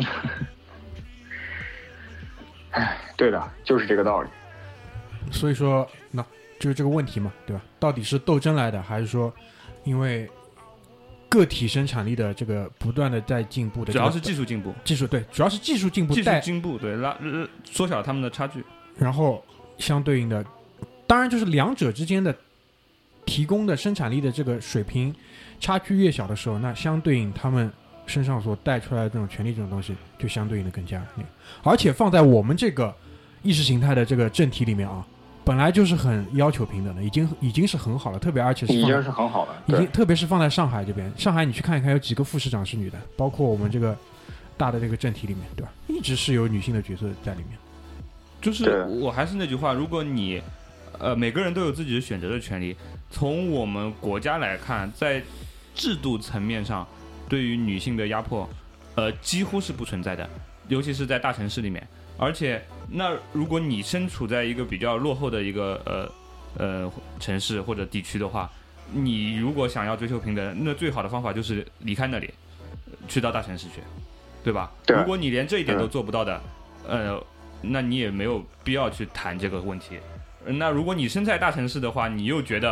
哎，对的，就是这个道理。 所以说，那。就是这个问题嘛，对吧？到底是斗争来的，还是说因为个体生产力的这个不断的在进步的、这个？ 主要是技术进步， 技术对，主要是技术进步， 技术进步对拉缩小了他们的差距， 然后相对应的，当然就是两者之间的提供的生产力的这个水平差距越小的时候，那相对应他们身上所带出来的这种权利这种东西，就相对应的更加那个，而且放在我们这个意识形态的这个政体里面啊。本来就是很要求平等的，已经已经是很好了，特别而且是已经是很好了， 已经特别是放在上海这边，上海你去看一看，有几个副市长是女的，包括我们这个大的这个政体里面，对吧？一直是有女性的角色在里面。 就是我还是那句话，如果你呃每个人都有自己的选择的权利，从我们国家来看，在制度层面上对于女性的压迫，呃几乎是不存在的，尤其是在大城市里面。而且，那如果你身处在一个比较落后的一个呃呃城市或者地区的话，你如果想要追求平等，那最好的方法就是离开那里，去到大城市去，对吧？ 对。 如果你连这一点都做不到的，呃，那你也没有必要去谈这个问题。那如果你身在大城市的话，你又觉得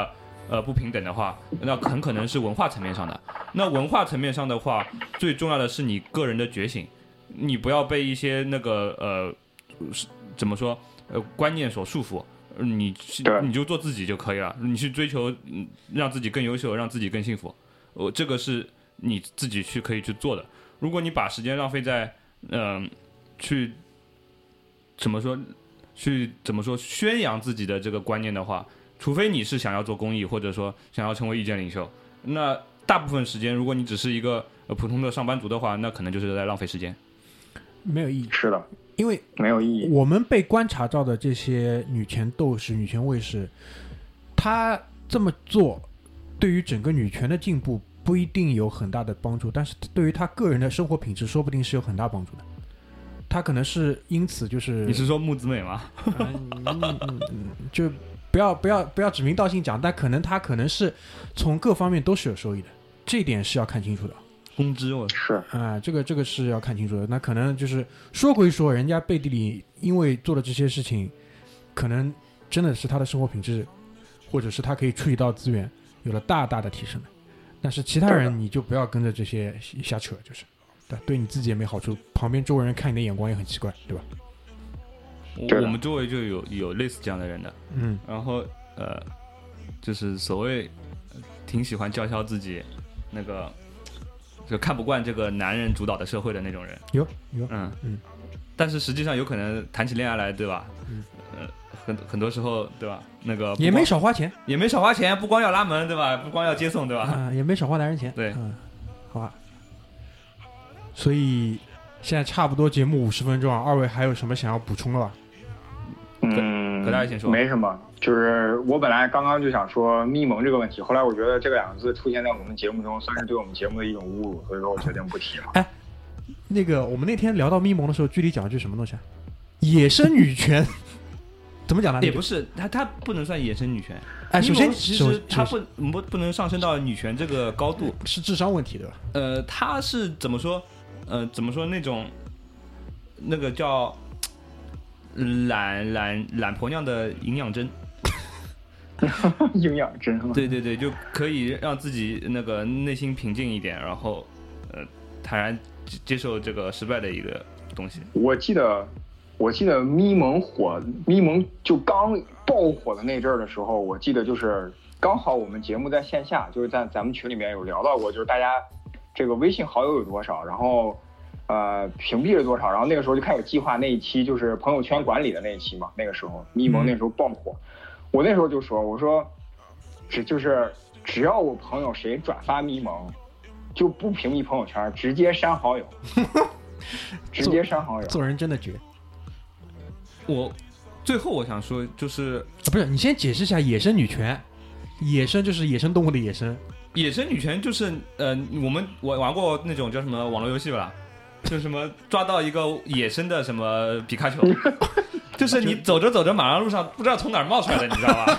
呃不平等的话，那很可能是文化层面上的。那文化层面上的话，最重要的是你个人的觉醒，你不要被一些那个呃怎么说呃观念所束缚。你你就做自己就可以了，你去追求让自己更优秀，让自己更幸福，呃，这个是你自己去可以去做的。如果你把时间浪费在嗯、呃、去怎么说去怎么说宣扬自己的这个观念的话，除非你是想要做公益，或者说想要成为意见领袖，那大部分时间如果你只是一个、呃、普通的上班族的话，那可能就是在浪费时间， 没有意义。 是的， 因为没有意义。 我们被观察到的这些女权斗士、女权卫士，她这么做对于整个女权的进步不一定有很大的帮助，但是对于她个人的生活品质说不定是有很大帮助的。她可能是因此就是， 你是说木子美吗？ 嗯嗯嗯、就不要不要不要指名道姓讲，但可能她可能是从各方面都是有收益的，这一点是要看清楚的。 工资我是啊，这个这个是要看清楚的。那可能就是说归说，人家背地里因为做了这些事情，可能真的是他的生活品质，或者是他可以处理到资源有了大大的提升的。但是其他人你就不要跟着这些瞎扯，就是对对你自己也没好处，旁边周围人看你的眼光也很奇怪，对吧？ 我我们周围就有有类似这样的人的， 嗯， 然后呃，就是所谓挺喜欢叫嚣自己那个。就看不惯这个男人主导的社会的那种人， 有有， 嗯嗯， 但是实际上有可能谈起恋爱来，对吧？ 嗯， 呃，很很多时候，对吧？那个也没少花钱， 也没少花钱，不光要拉门，对吧？不光要接送，对吧？ 啊，也没少花男人钱， 对， 嗯，好吧。所以现在差不多节目五十分钟啊，二位还有什么想要补充的吧？ 嗯， 葛大爷先说。 没什么。就是我本来刚刚就想说咪蒙这个问题，后来我觉得这个两个字出现在我们节目中，算是对我们节目的一种侮辱，所以说我决定不提了。 哎，那个我们那天聊到咪蒙的时候，具体讲了句什么东西啊？野生女权怎么讲呢？ 也不是，它它不能算野生女权。 哎，首先其实它不不不能上升到女权这个高度， 是智商问题对吧？ 呃，它是怎么说？呃，怎么说那种那个叫懒懒懒婆娘的营养针。 营养针， 对对对，就可以让自己那个内心平静一点，然后呃坦然接受这个失败的一个东西。 我记得我记得咪蒙火，咪蒙就刚爆火的那阵儿的时候，我记得就是刚好我们节目在线下，就是在咱们群里面有聊到过，就是大家这个微信好友有多少，然后呃屏蔽了多少，然后那个时候就开始计划那一期就是朋友圈管理的那一期嘛，那个时候咪蒙那时候爆火。嗯，我那时候就说，我说，只就是只要我朋友谁转发咪蒙，就不屏蔽朋友圈，直接删好友，直接删好友。 做人真的绝。 我最后我想说，就是啊，不是你先解释一下野生女权，野生就是野生动物的野生， 野生女权就是呃，我们我玩过那种叫什么网络游戏吧，就什么抓到一个野生的什么皮卡丘。就是你走着走着，马上路上不知道从哪儿冒出来的，你知道吧？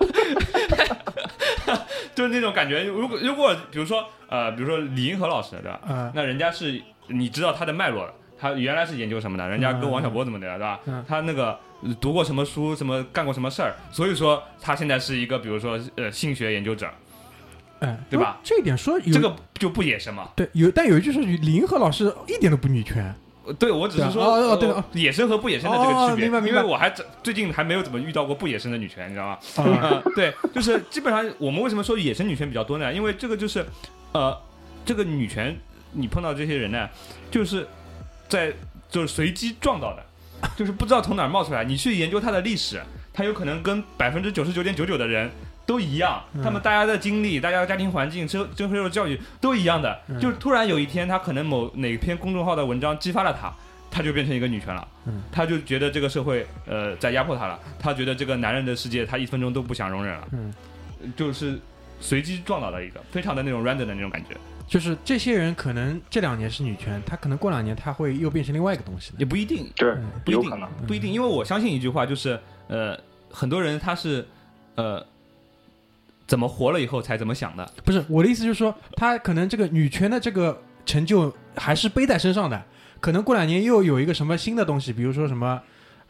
就是那种感觉。如果如果比如说呃，比如说李银河老师对吧？ 嗯， 那人家是你知道他的脉络了，他原来是研究什么的，人家跟王小波怎么的，对吧？ 嗯， 他那个读过什么书，什么干过什么事儿，所以说他现在是一个比如说呃性学研究者。 哎， 对吧？ 这一点说这个就不野生嘛。 对，有但有一句是李银河老师一点都不女权。 对，我只是说， 哦哦对哦， 野生和不野生的这个区别， 哦明白明白， 因为我还最近还没有怎么遇到过不野生的女权，你知道吗？啊、嗯，对，就是基本上我们为什么说野生女权比较多呢？因为这个就是，呃，这个女权你碰到这些人呢，就是在就是随机撞到的，就是不知道从哪儿冒出来。你去研究它的历史，它有可能跟百分之九十九点九九的人都一样，他们大家的经历、大家的家庭环境、受受受教育都一样的， 嗯、 就是突然有一天，他可能某哪篇公众号的文章激发了他，他就变成一个女权了， 嗯、 他就觉得这个社会呃在压迫他了，他觉得这个男人的世界他一分钟都不想容忍了， 嗯、 就是随机撞到的一个非常的那种 random 的那种感觉。 就是这些人可能这两年是女权，他可能过两年他会又变成另外一个东西， 也不一定， 对， 不一定， 有可能不一定，因为我相信一句话，就是呃很多人他是呃。怎么活了以后才怎么想的？ 不是我的意思，就是说他可能这个女权的这个成就还是背在身上的，可能过两年又有一个什么新的东西，比如说什么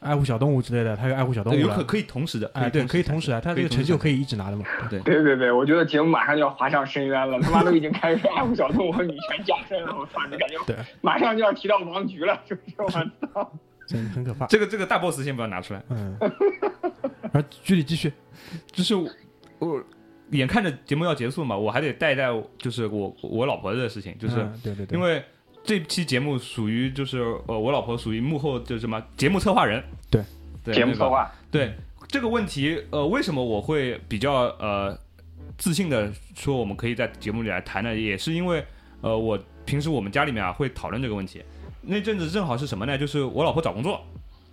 爱护小动物之类的，他又爱护小动物了， 对有可可以同时的， 哎，对，可以同时啊，他这个成就可以一直拿的嘛。 对对对对，我觉得节目马上就要滑向深渊了，他妈都已经开始爱护小动物和女权加深了，我操，你感觉对， 马上就要提到王局了，是不是？我操， 真很可怕。 这个这个大 boss 先不要拿出来。 嗯，然后剧里继续， 就是我我眼看着节目要结束嘛，我还得带一带，就是我我老婆的事情，就是、 嗯、对对对， 因为这期节目属于就是呃我老婆属于幕后就是什么节目策划人， 对对节目策划， 对这个问题呃为什么我会比较呃自信的说我们可以在节目里来谈呢？也是因为呃我平时我们家里面啊会讨论这个问题，那阵子正好是什么呢？就是我老婆找工作，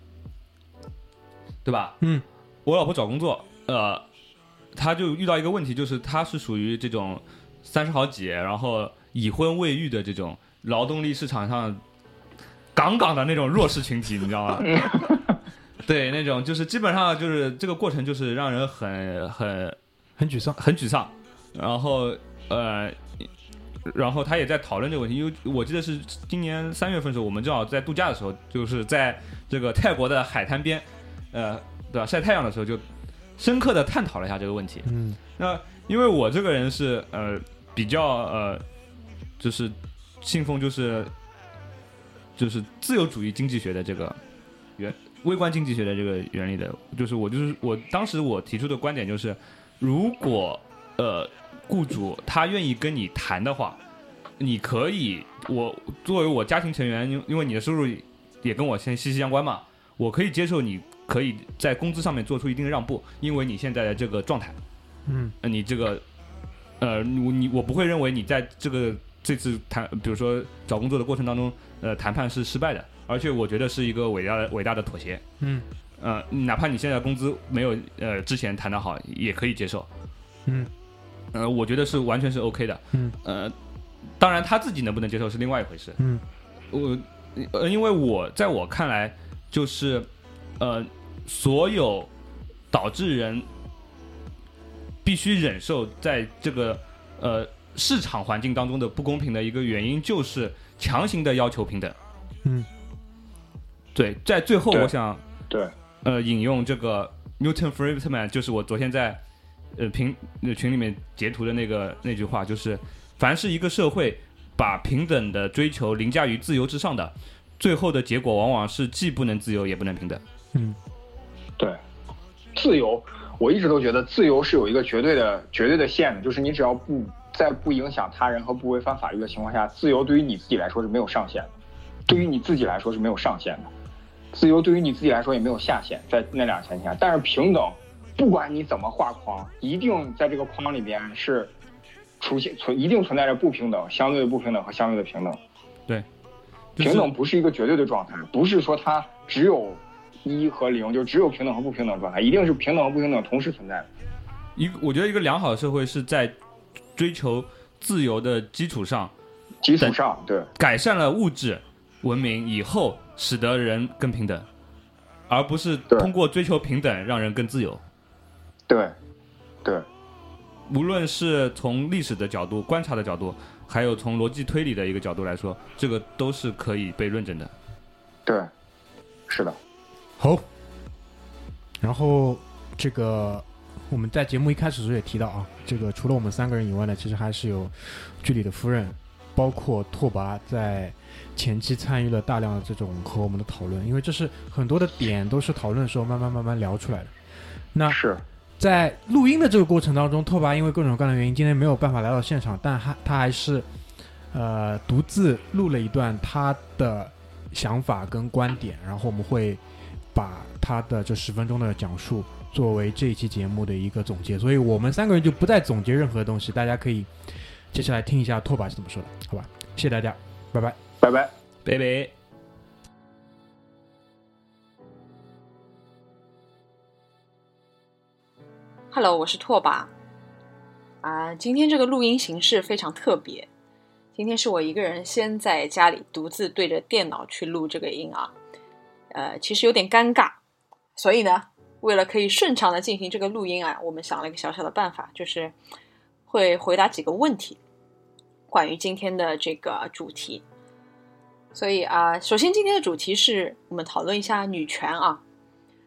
对吧？ 嗯， 我老婆找工作，呃。他就遇到一个问题，就是他是属于这种三十好几，然后已婚未育的这种劳动力市场上杠杠的那种弱势群体，你知道吗？对，那种就是基本上就是这个过程就是让人很很很沮丧， 很沮丧。然后呃，然后他也在讨论这个问题，因为我记得是今年三月份的时候，我们正好在度假的时候，就是在这个泰国的海滩边，呃，对吧？晒太阳的时候就。深刻的探讨了一下这个问题。 嗯， 那因为我这个人是呃比较呃就是信奉就是就是自由主义经济学的这个原微观经济学的这个原理的，就是我就是我当时我提出的观点就是，如果呃雇主他愿意跟你谈的话，你可以我作为我家庭成员，因因为你的收入也跟我现在息息相关嘛，我可以接受你。可以在工资上面做出一定的让步，因为你现在的这个状态， 嗯， 呃、你这个，呃，你我不会认为你在这个这次谈，比如说找工作的过程当中，呃，谈判是失败的，而且我觉得是一个伟大的伟大的妥协， 嗯， 呃，哪怕你现在工资没有呃之前谈得好，也可以接受， 嗯， 呃，我觉得是完全是 OK 的， 嗯， 呃，当然他自己能不能接受是另外一回事， 嗯， 我呃，因为我在我看来就是呃。所有导致人必须忍受在这个呃市场环境当中的不公平的一个原因，就是强行的要求平等。 嗯， 对，在最后我想对呃引用这个 Milton Friedman， 就是我昨天在呃评群里面截图的那个那句话，就是凡是一个社会把平等的追求凌驾于自由之上的，最后的结果往往是既不能自由也不能平等。 嗯。 对，自由，我一直都觉得自由是有一个绝对的、绝对的线的，就是你只要不在不影响他人和不违反法律的情况下，自由对于你自己来说是没有上限的，对于你自己来说是没有上限的，自由对于你自己来说也没有下限，在那两个前提下。但是平等，不管你怎么画框，一定在这个框里边是出现存，一定存在着不平等、相对的不平等和相对的平等。 对，就是、 平等不是一个绝对的状态，不是说它只有。一和零就只有平等和不平等状态，一定是平等和不平等同时存在的。 一个，我觉得一个良好的社会是在追求自由的基础上， 基础上对改善了物质文明以后，使得人更平等，而不是通过追求平等让人更自由。 对，对， 无论是从历史的角度、观察的角度，还有从逻辑推理的一个角度来说，这个都是可以被论证的。 对，是的。 好，然后这个我们在节目一开始的时候也提到啊，这个除了我们三个人以外呢，其实还是有剧里的夫人，包括拓跋在前期参与了大量的这种和我们的讨论，因为这是很多的点都是讨论的时候慢慢慢慢聊出来的。那是在录音的这个过程当中，拓跋因为各种各样的原因今天没有办法来到现场，但他他还是呃独自录了一段他的想法跟观点，然后我们会把他的这十分钟的讲述作为这一期节目的一个总结，所以我们三个人就不再总结任何东西，大家可以接下来听一下拓跋是怎么说的，好吧？谢谢大家，拜拜， 拜拜， 拜拜。 Hello， 我是拓跋啊。今天这个录音形式非常特别，今天是我一个人先在家里独自对着电脑去录这个音啊。呃，其实有点尴尬，所以呢，为了可以顺畅的进行这个录音啊，我们想了一个小小的办法，就是会回答几个问题，关于今天的这个主题。所以啊、呃，首先今天的主题是我们讨论一下女权啊。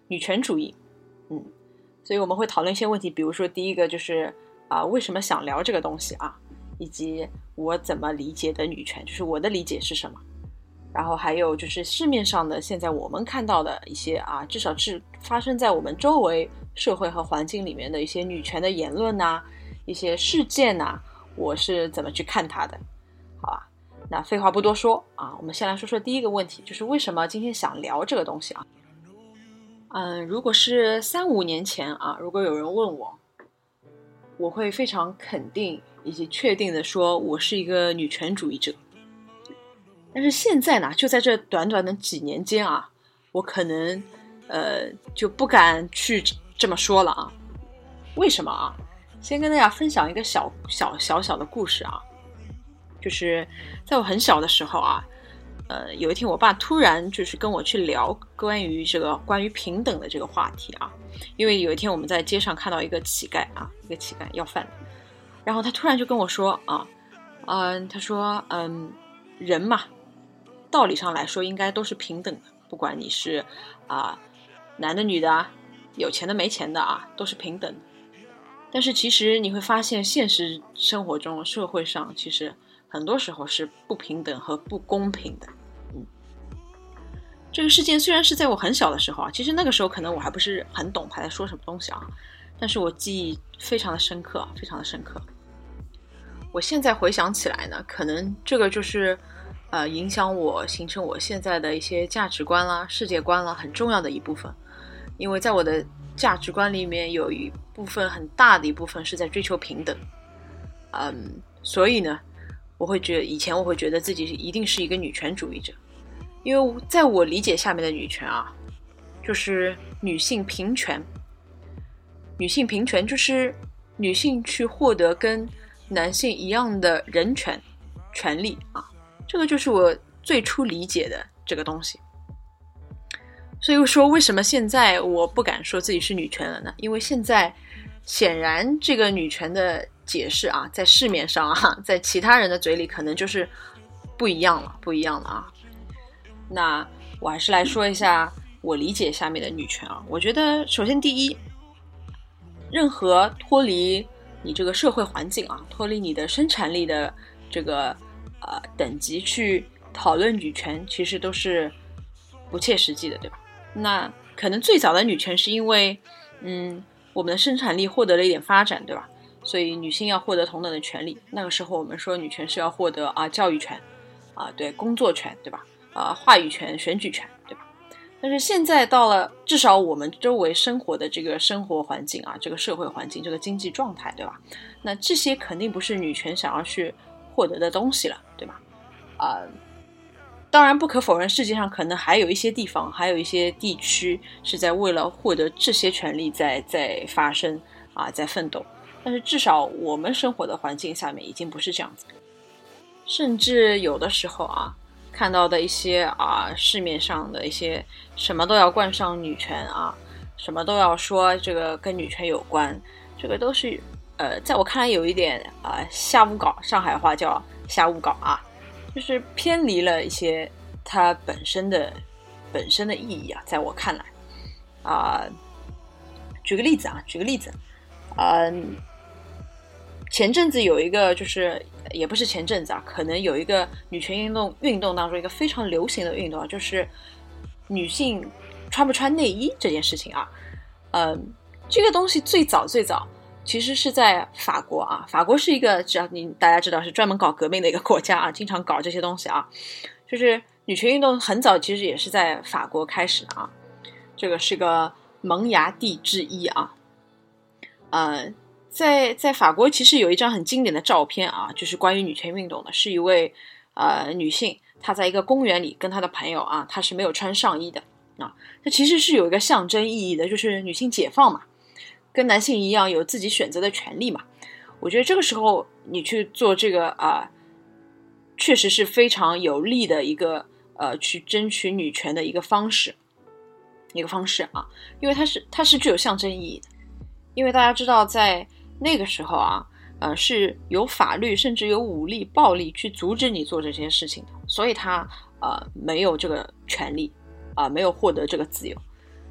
女权主义，嗯，所以我们会讨论一些问题，比如说第一个就是啊、呃，为什么想聊这个东西啊，以及我怎么理解的女权，就是我的理解是什么。然后还有就是市面上的现在我们看到的一些啊，至少是发生在我们周围社会和环境里面的一些女权的言论呐、啊，一些事件呐、啊，我是怎么去看它的。好吧，那废话不多说啊，我们先来说说第一个问题，就是为什么今天想聊这个东西啊。嗯，如果是三五年前啊，如果有人问我，我会非常肯定以及确定的说我是一个女权主义者。但是现在呢，就在这短短的几年间啊，我可能呃就不敢去这么说了啊。为什么啊？先跟大家分享一个小小小小的故事啊，就是在我很小的时候啊，呃，有一天我爸突然就是跟我去聊关于这个关于平等的这个话题啊，因为有一天我们在街上看到一个乞丐啊，一个乞丐要饭，然后他突然就跟我说啊，嗯，他说嗯，人嘛。道理上来说应该都是平等的，不管你是啊、呃、男的女的啊，有钱的没钱的啊，都是平等的。但是其实你会发现现实生活中社会上其实很多时候是不平等和不公平的。嗯，这个事件虽然是在我很小的时候啊，其实那个时候可能我还不是很懂他在说什么东西啊，但是我记忆非常的深刻，非常的深刻。我现在回想起来呢，可能这个就是呃，影响我形成我现在的一些价值观啦、世界观啦，很重要的一部分。因为在我的价值观里面，有一部分很大的一部分是在追求平等。嗯，所以呢，我会觉得以前我会觉得自己一定是一个女权主义者，因为在我理解下面的女权啊，就是女性平权。女性平权就是女性去获得跟男性一样的人权、权利啊。这个就是我最初理解的这个东西。所以说为什么现在我不敢说自己是女权了呢？因为现在显然这个女权的解释啊，在市面上啊，在其他人的嘴里可能就是不一样了，不一样了啊。那我还是来说一下我理解下面的女权啊。我觉得首先第一，任何脱离你这个社会环境啊，脱离你的生产力的这个呃等级去讨论女权，其实都是不切实际的，对吧？那可能最早的女权是因为嗯我们的生产力获得了一点发展，对吧？所以女性要获得同等的权利。那个时候我们说女权是要获得啊教育权啊，对，工作权，对吧？啊话语权、选举权，对吧？但是现在到了至少我们周围生活的这个生活环境啊，这个社会环境，这个经济状态，对吧？那这些肯定不是女权想要去获得的东西了，对吧？啊、呃，当然不可否认，世界上可能还有一些地方，还有一些地区是在为了获得这些权利在在发生啊，在奋斗。但是至少我们生活的环境下面已经不是这样子，甚至有的时候啊，看到的一些啊市面上的一些什么都要冠上女权啊，什么都要说这个跟女权有关，这个都是呃，在我看来有一点啊、呃、瞎诬告，上海话叫瞎诬告啊，就是偏离了一些它本身的本身的意义啊，在我看来啊、呃，举个例子啊，举个例子，嗯、呃。前阵子有一个就是也不是前阵子啊，可能有一个女权运动运动当中一个非常流行的运动啊，就是女性穿不穿内衣这件事情啊。嗯，这个东西最早最早其实是在法国啊，法国是一个只要你大家知道是专门搞革命的一个国家啊，经常搞这些东西啊。就是女权运动很早其实也是在法国开始的啊，这个是个萌芽地之一啊。呃在在法国其实有一张很经典的照片啊，就是关于女权运动的，是一位呃女性，她在一个公园里跟她的朋友啊，她是没有穿上衣的啊，这其实是有一个象征意义的，就是女性解放嘛，跟男性一样有自己选择的权利嘛。我觉得这个时候你去做这个啊、呃，确实是非常有利的一个呃去争取女权的一个方式，一个方式啊，因为它是它是具有象征意义的，因为大家知道在那个时候啊，呃，是有法律甚至有武力、暴力去阻止你做这些事情的，所以他呃没有这个权利啊、呃，没有获得这个自由。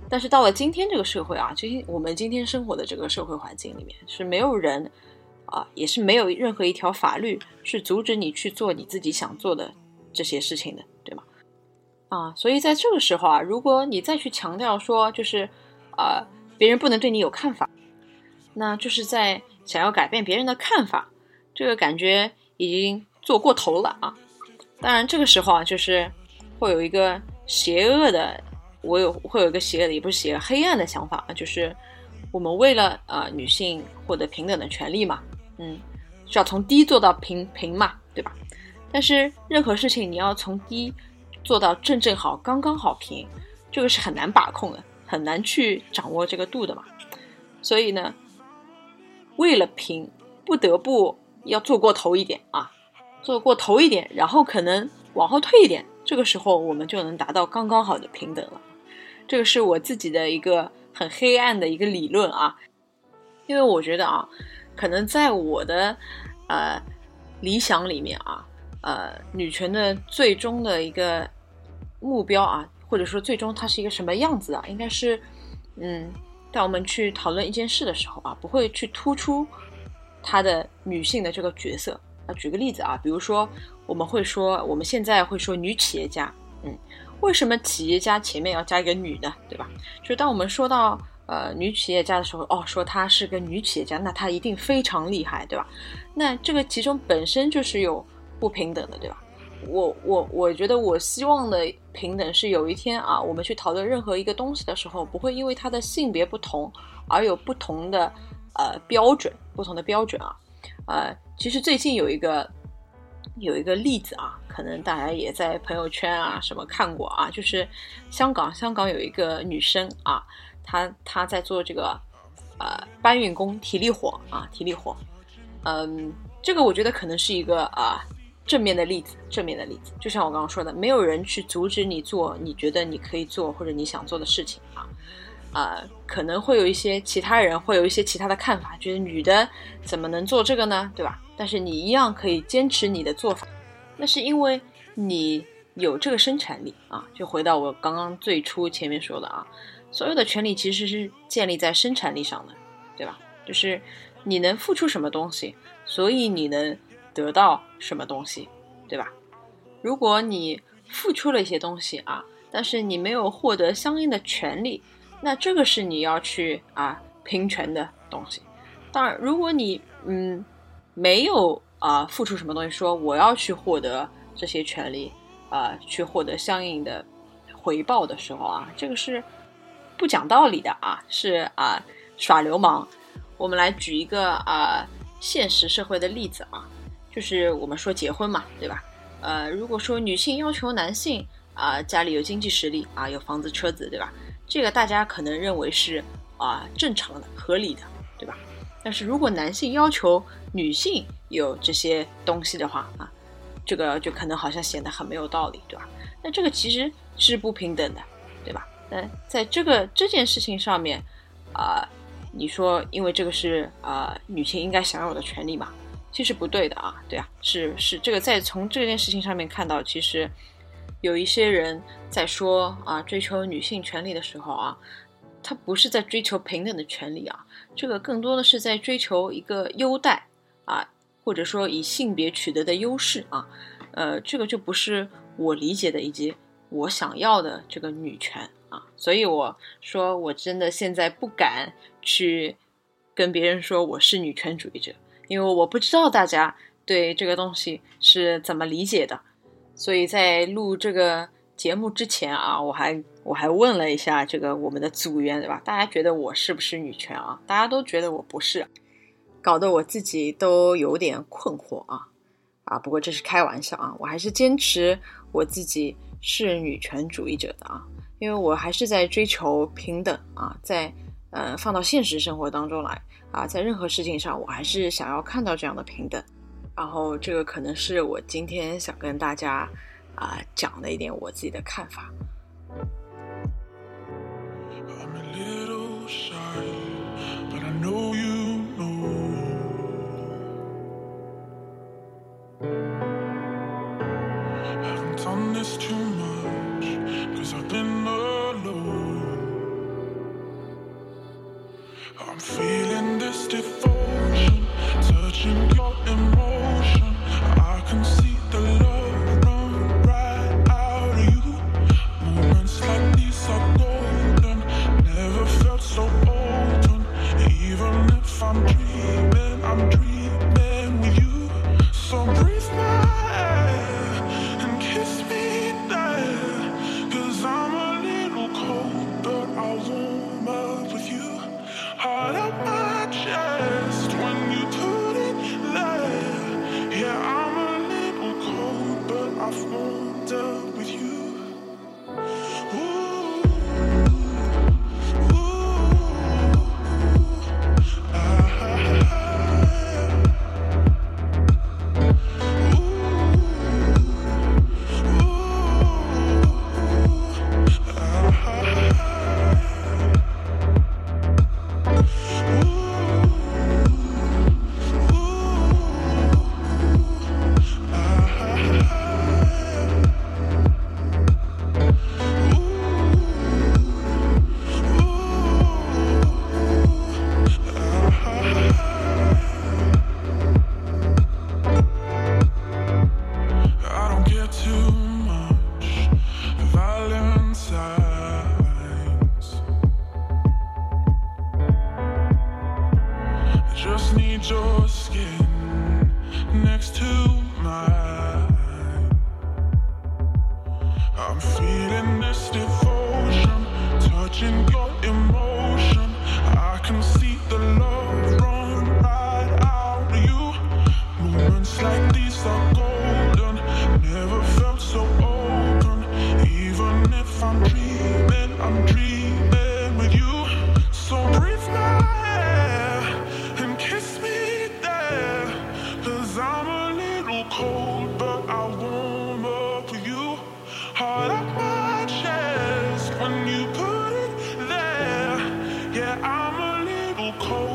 但是到了今天这个社会啊，今天我们今天生活的这个社会环境里面，是没有人啊，也是没有任何一条法律是阻止你去做你自己想做的这些事情的，对吗？啊，所以在这个时候啊，如果你再去强调说，就是呃，别人不能对你有看法，那就是在想要改变别人的看法，这个感觉已经做过头了啊。当然，这个时候啊，就是会有一个邪恶的，我有会有一个邪恶的，也不是邪恶，黑暗的想法，就是我们为了呃女性获得平等的权利嘛，嗯，是要从低做到平平嘛，对吧？但是任何事情你要从低做到正正好、刚刚好平，这个是很难把控的，很难去掌握这个度的嘛。所以呢，为了平，不得不要做过头一点啊，做过头一点，然后可能往后退一点，这个时候我们就能达到刚刚好的平等了。这个是我自己的一个很黑暗的一个理论啊，因为我觉得啊，可能在我的呃理想里面啊，呃，女权的最终的一个目标啊，或者说最终它是一个什么样子啊，应该是嗯，当我们去讨论一件事的时候啊，不会去突出她的女性的这个角色。啊，举个例子啊，比如说我们会说，我们现在会说女企业家，嗯，为什么企业家前面要加一个女呢？对吧？就是当我们说到呃女企业家的时候，哦，说她是个女企业家，那她一定非常厉害，对吧？那这个其中本身就是有不平等的，对吧？我我我觉得我希望的平等是有一天啊，我们去讨论任何一个东西的时候，不会因为它的性别不同而有不同的呃标准，不同的标准啊。呃，其实最近有一个有一个例子啊，可能大家也在朋友圈啊什么看过啊，就是香港香港有一个女生啊，她她在做这个呃搬运工体力活啊体力活，嗯，这个我觉得可能是一个啊、呃、正面的例子，正面的例子，就像我刚刚说的，没有人去阻止你做你觉得你可以做或者你想做的事情啊。呃，可能会有一些其他人会有一些其他的看法，觉得女的怎么能做这个呢，对吧？但是你一样可以坚持你的做法，那是因为你有这个生产力啊。就回到我刚刚最初前面说的啊，所有的权利其实是建立在生产力上的，对吧？就是你能付出什么东西，所以你能得到什么东西，对吧？如果你付出了一些东西啊，但是你没有获得相应的权利，那这个是你要去啊平权的东西。当然，如果你嗯没有啊付出什么东西，说我要去获得这些权利啊，去获得相应的回报的时候啊，这个是不讲道理的啊，是啊耍流氓。我们来举一个啊现实社会的例子啊，就是我们说结婚嘛，对吧？呃，如果说女性要求男性啊家里有经济实力啊，有房子车子，对吧？这个大家可能认为是啊正常的、合理的，对吧？但是如果男性要求女性有这些东西的话啊，这个就可能好像显得很没有道理，对吧？那这个其实是不平等的，对吧？那在这个这件事情上面啊、呃，你说因为这个是啊、呃、女性应该享有的权利嘛？其实不对的啊，对啊，是是这个在从这件事情上面看到，其实有一些人在说啊追求女性权利的时候啊，他不是在追求平等的权利啊，这个更多的是在追求一个优待啊，或者说以性别取得的优势啊，呃，这个就不是我理解的以及我想要的这个女权啊，所以我说我真的现在不敢去跟别人说我是女权主义者，因为我不知道大家对这个东西是怎么理解的。所以在录这个节目之前啊，我还我还问了一下这个我们的组员，对吧？大家觉得我是不是女权啊？大家都觉得我不是，搞得我自己都有点困惑啊啊！不过这是开玩笑啊，我还是坚持我自己是女权主义者的啊，因为我还是在追求平等啊，在呃放到现实生活当中来啊，在任何事情上我还是想要看到这样的平等。然后这个可能是我今天想跟大家啊、呃、讲的一点我自己的看法。 I'm a little shy, but I know you know. I haven't done this too much, 'cause I've been alone. I'm feeling this devotion, touching your emotion. I can see the love run right out of you. Moments like these are golden, never felt so open. Even if I'm dreaming, I'm dreaming with you. So breathe my air and kiss me there, 'cause I'm a little cold, but I'll warm up with you. Heart up my chest when you put it there. Yeah, I'm a little cold, but I've warmed up with you. Ooh, ooh, ah, ooh, ooh, ah. I don't care too much for Valentine's. I just need your skin next to mine. I'm feeling this devotion, touching your emotion. I can see the love run right out of you. Moments like these are golden, never felt so open. Even if I'm dreaming, I'm dreaming with you. So breathe my air and kiss me there, 'cause I'm a little cold, but I'll warm up with you. Heart up my chest when you put it there. Yeah, I'm a little cold,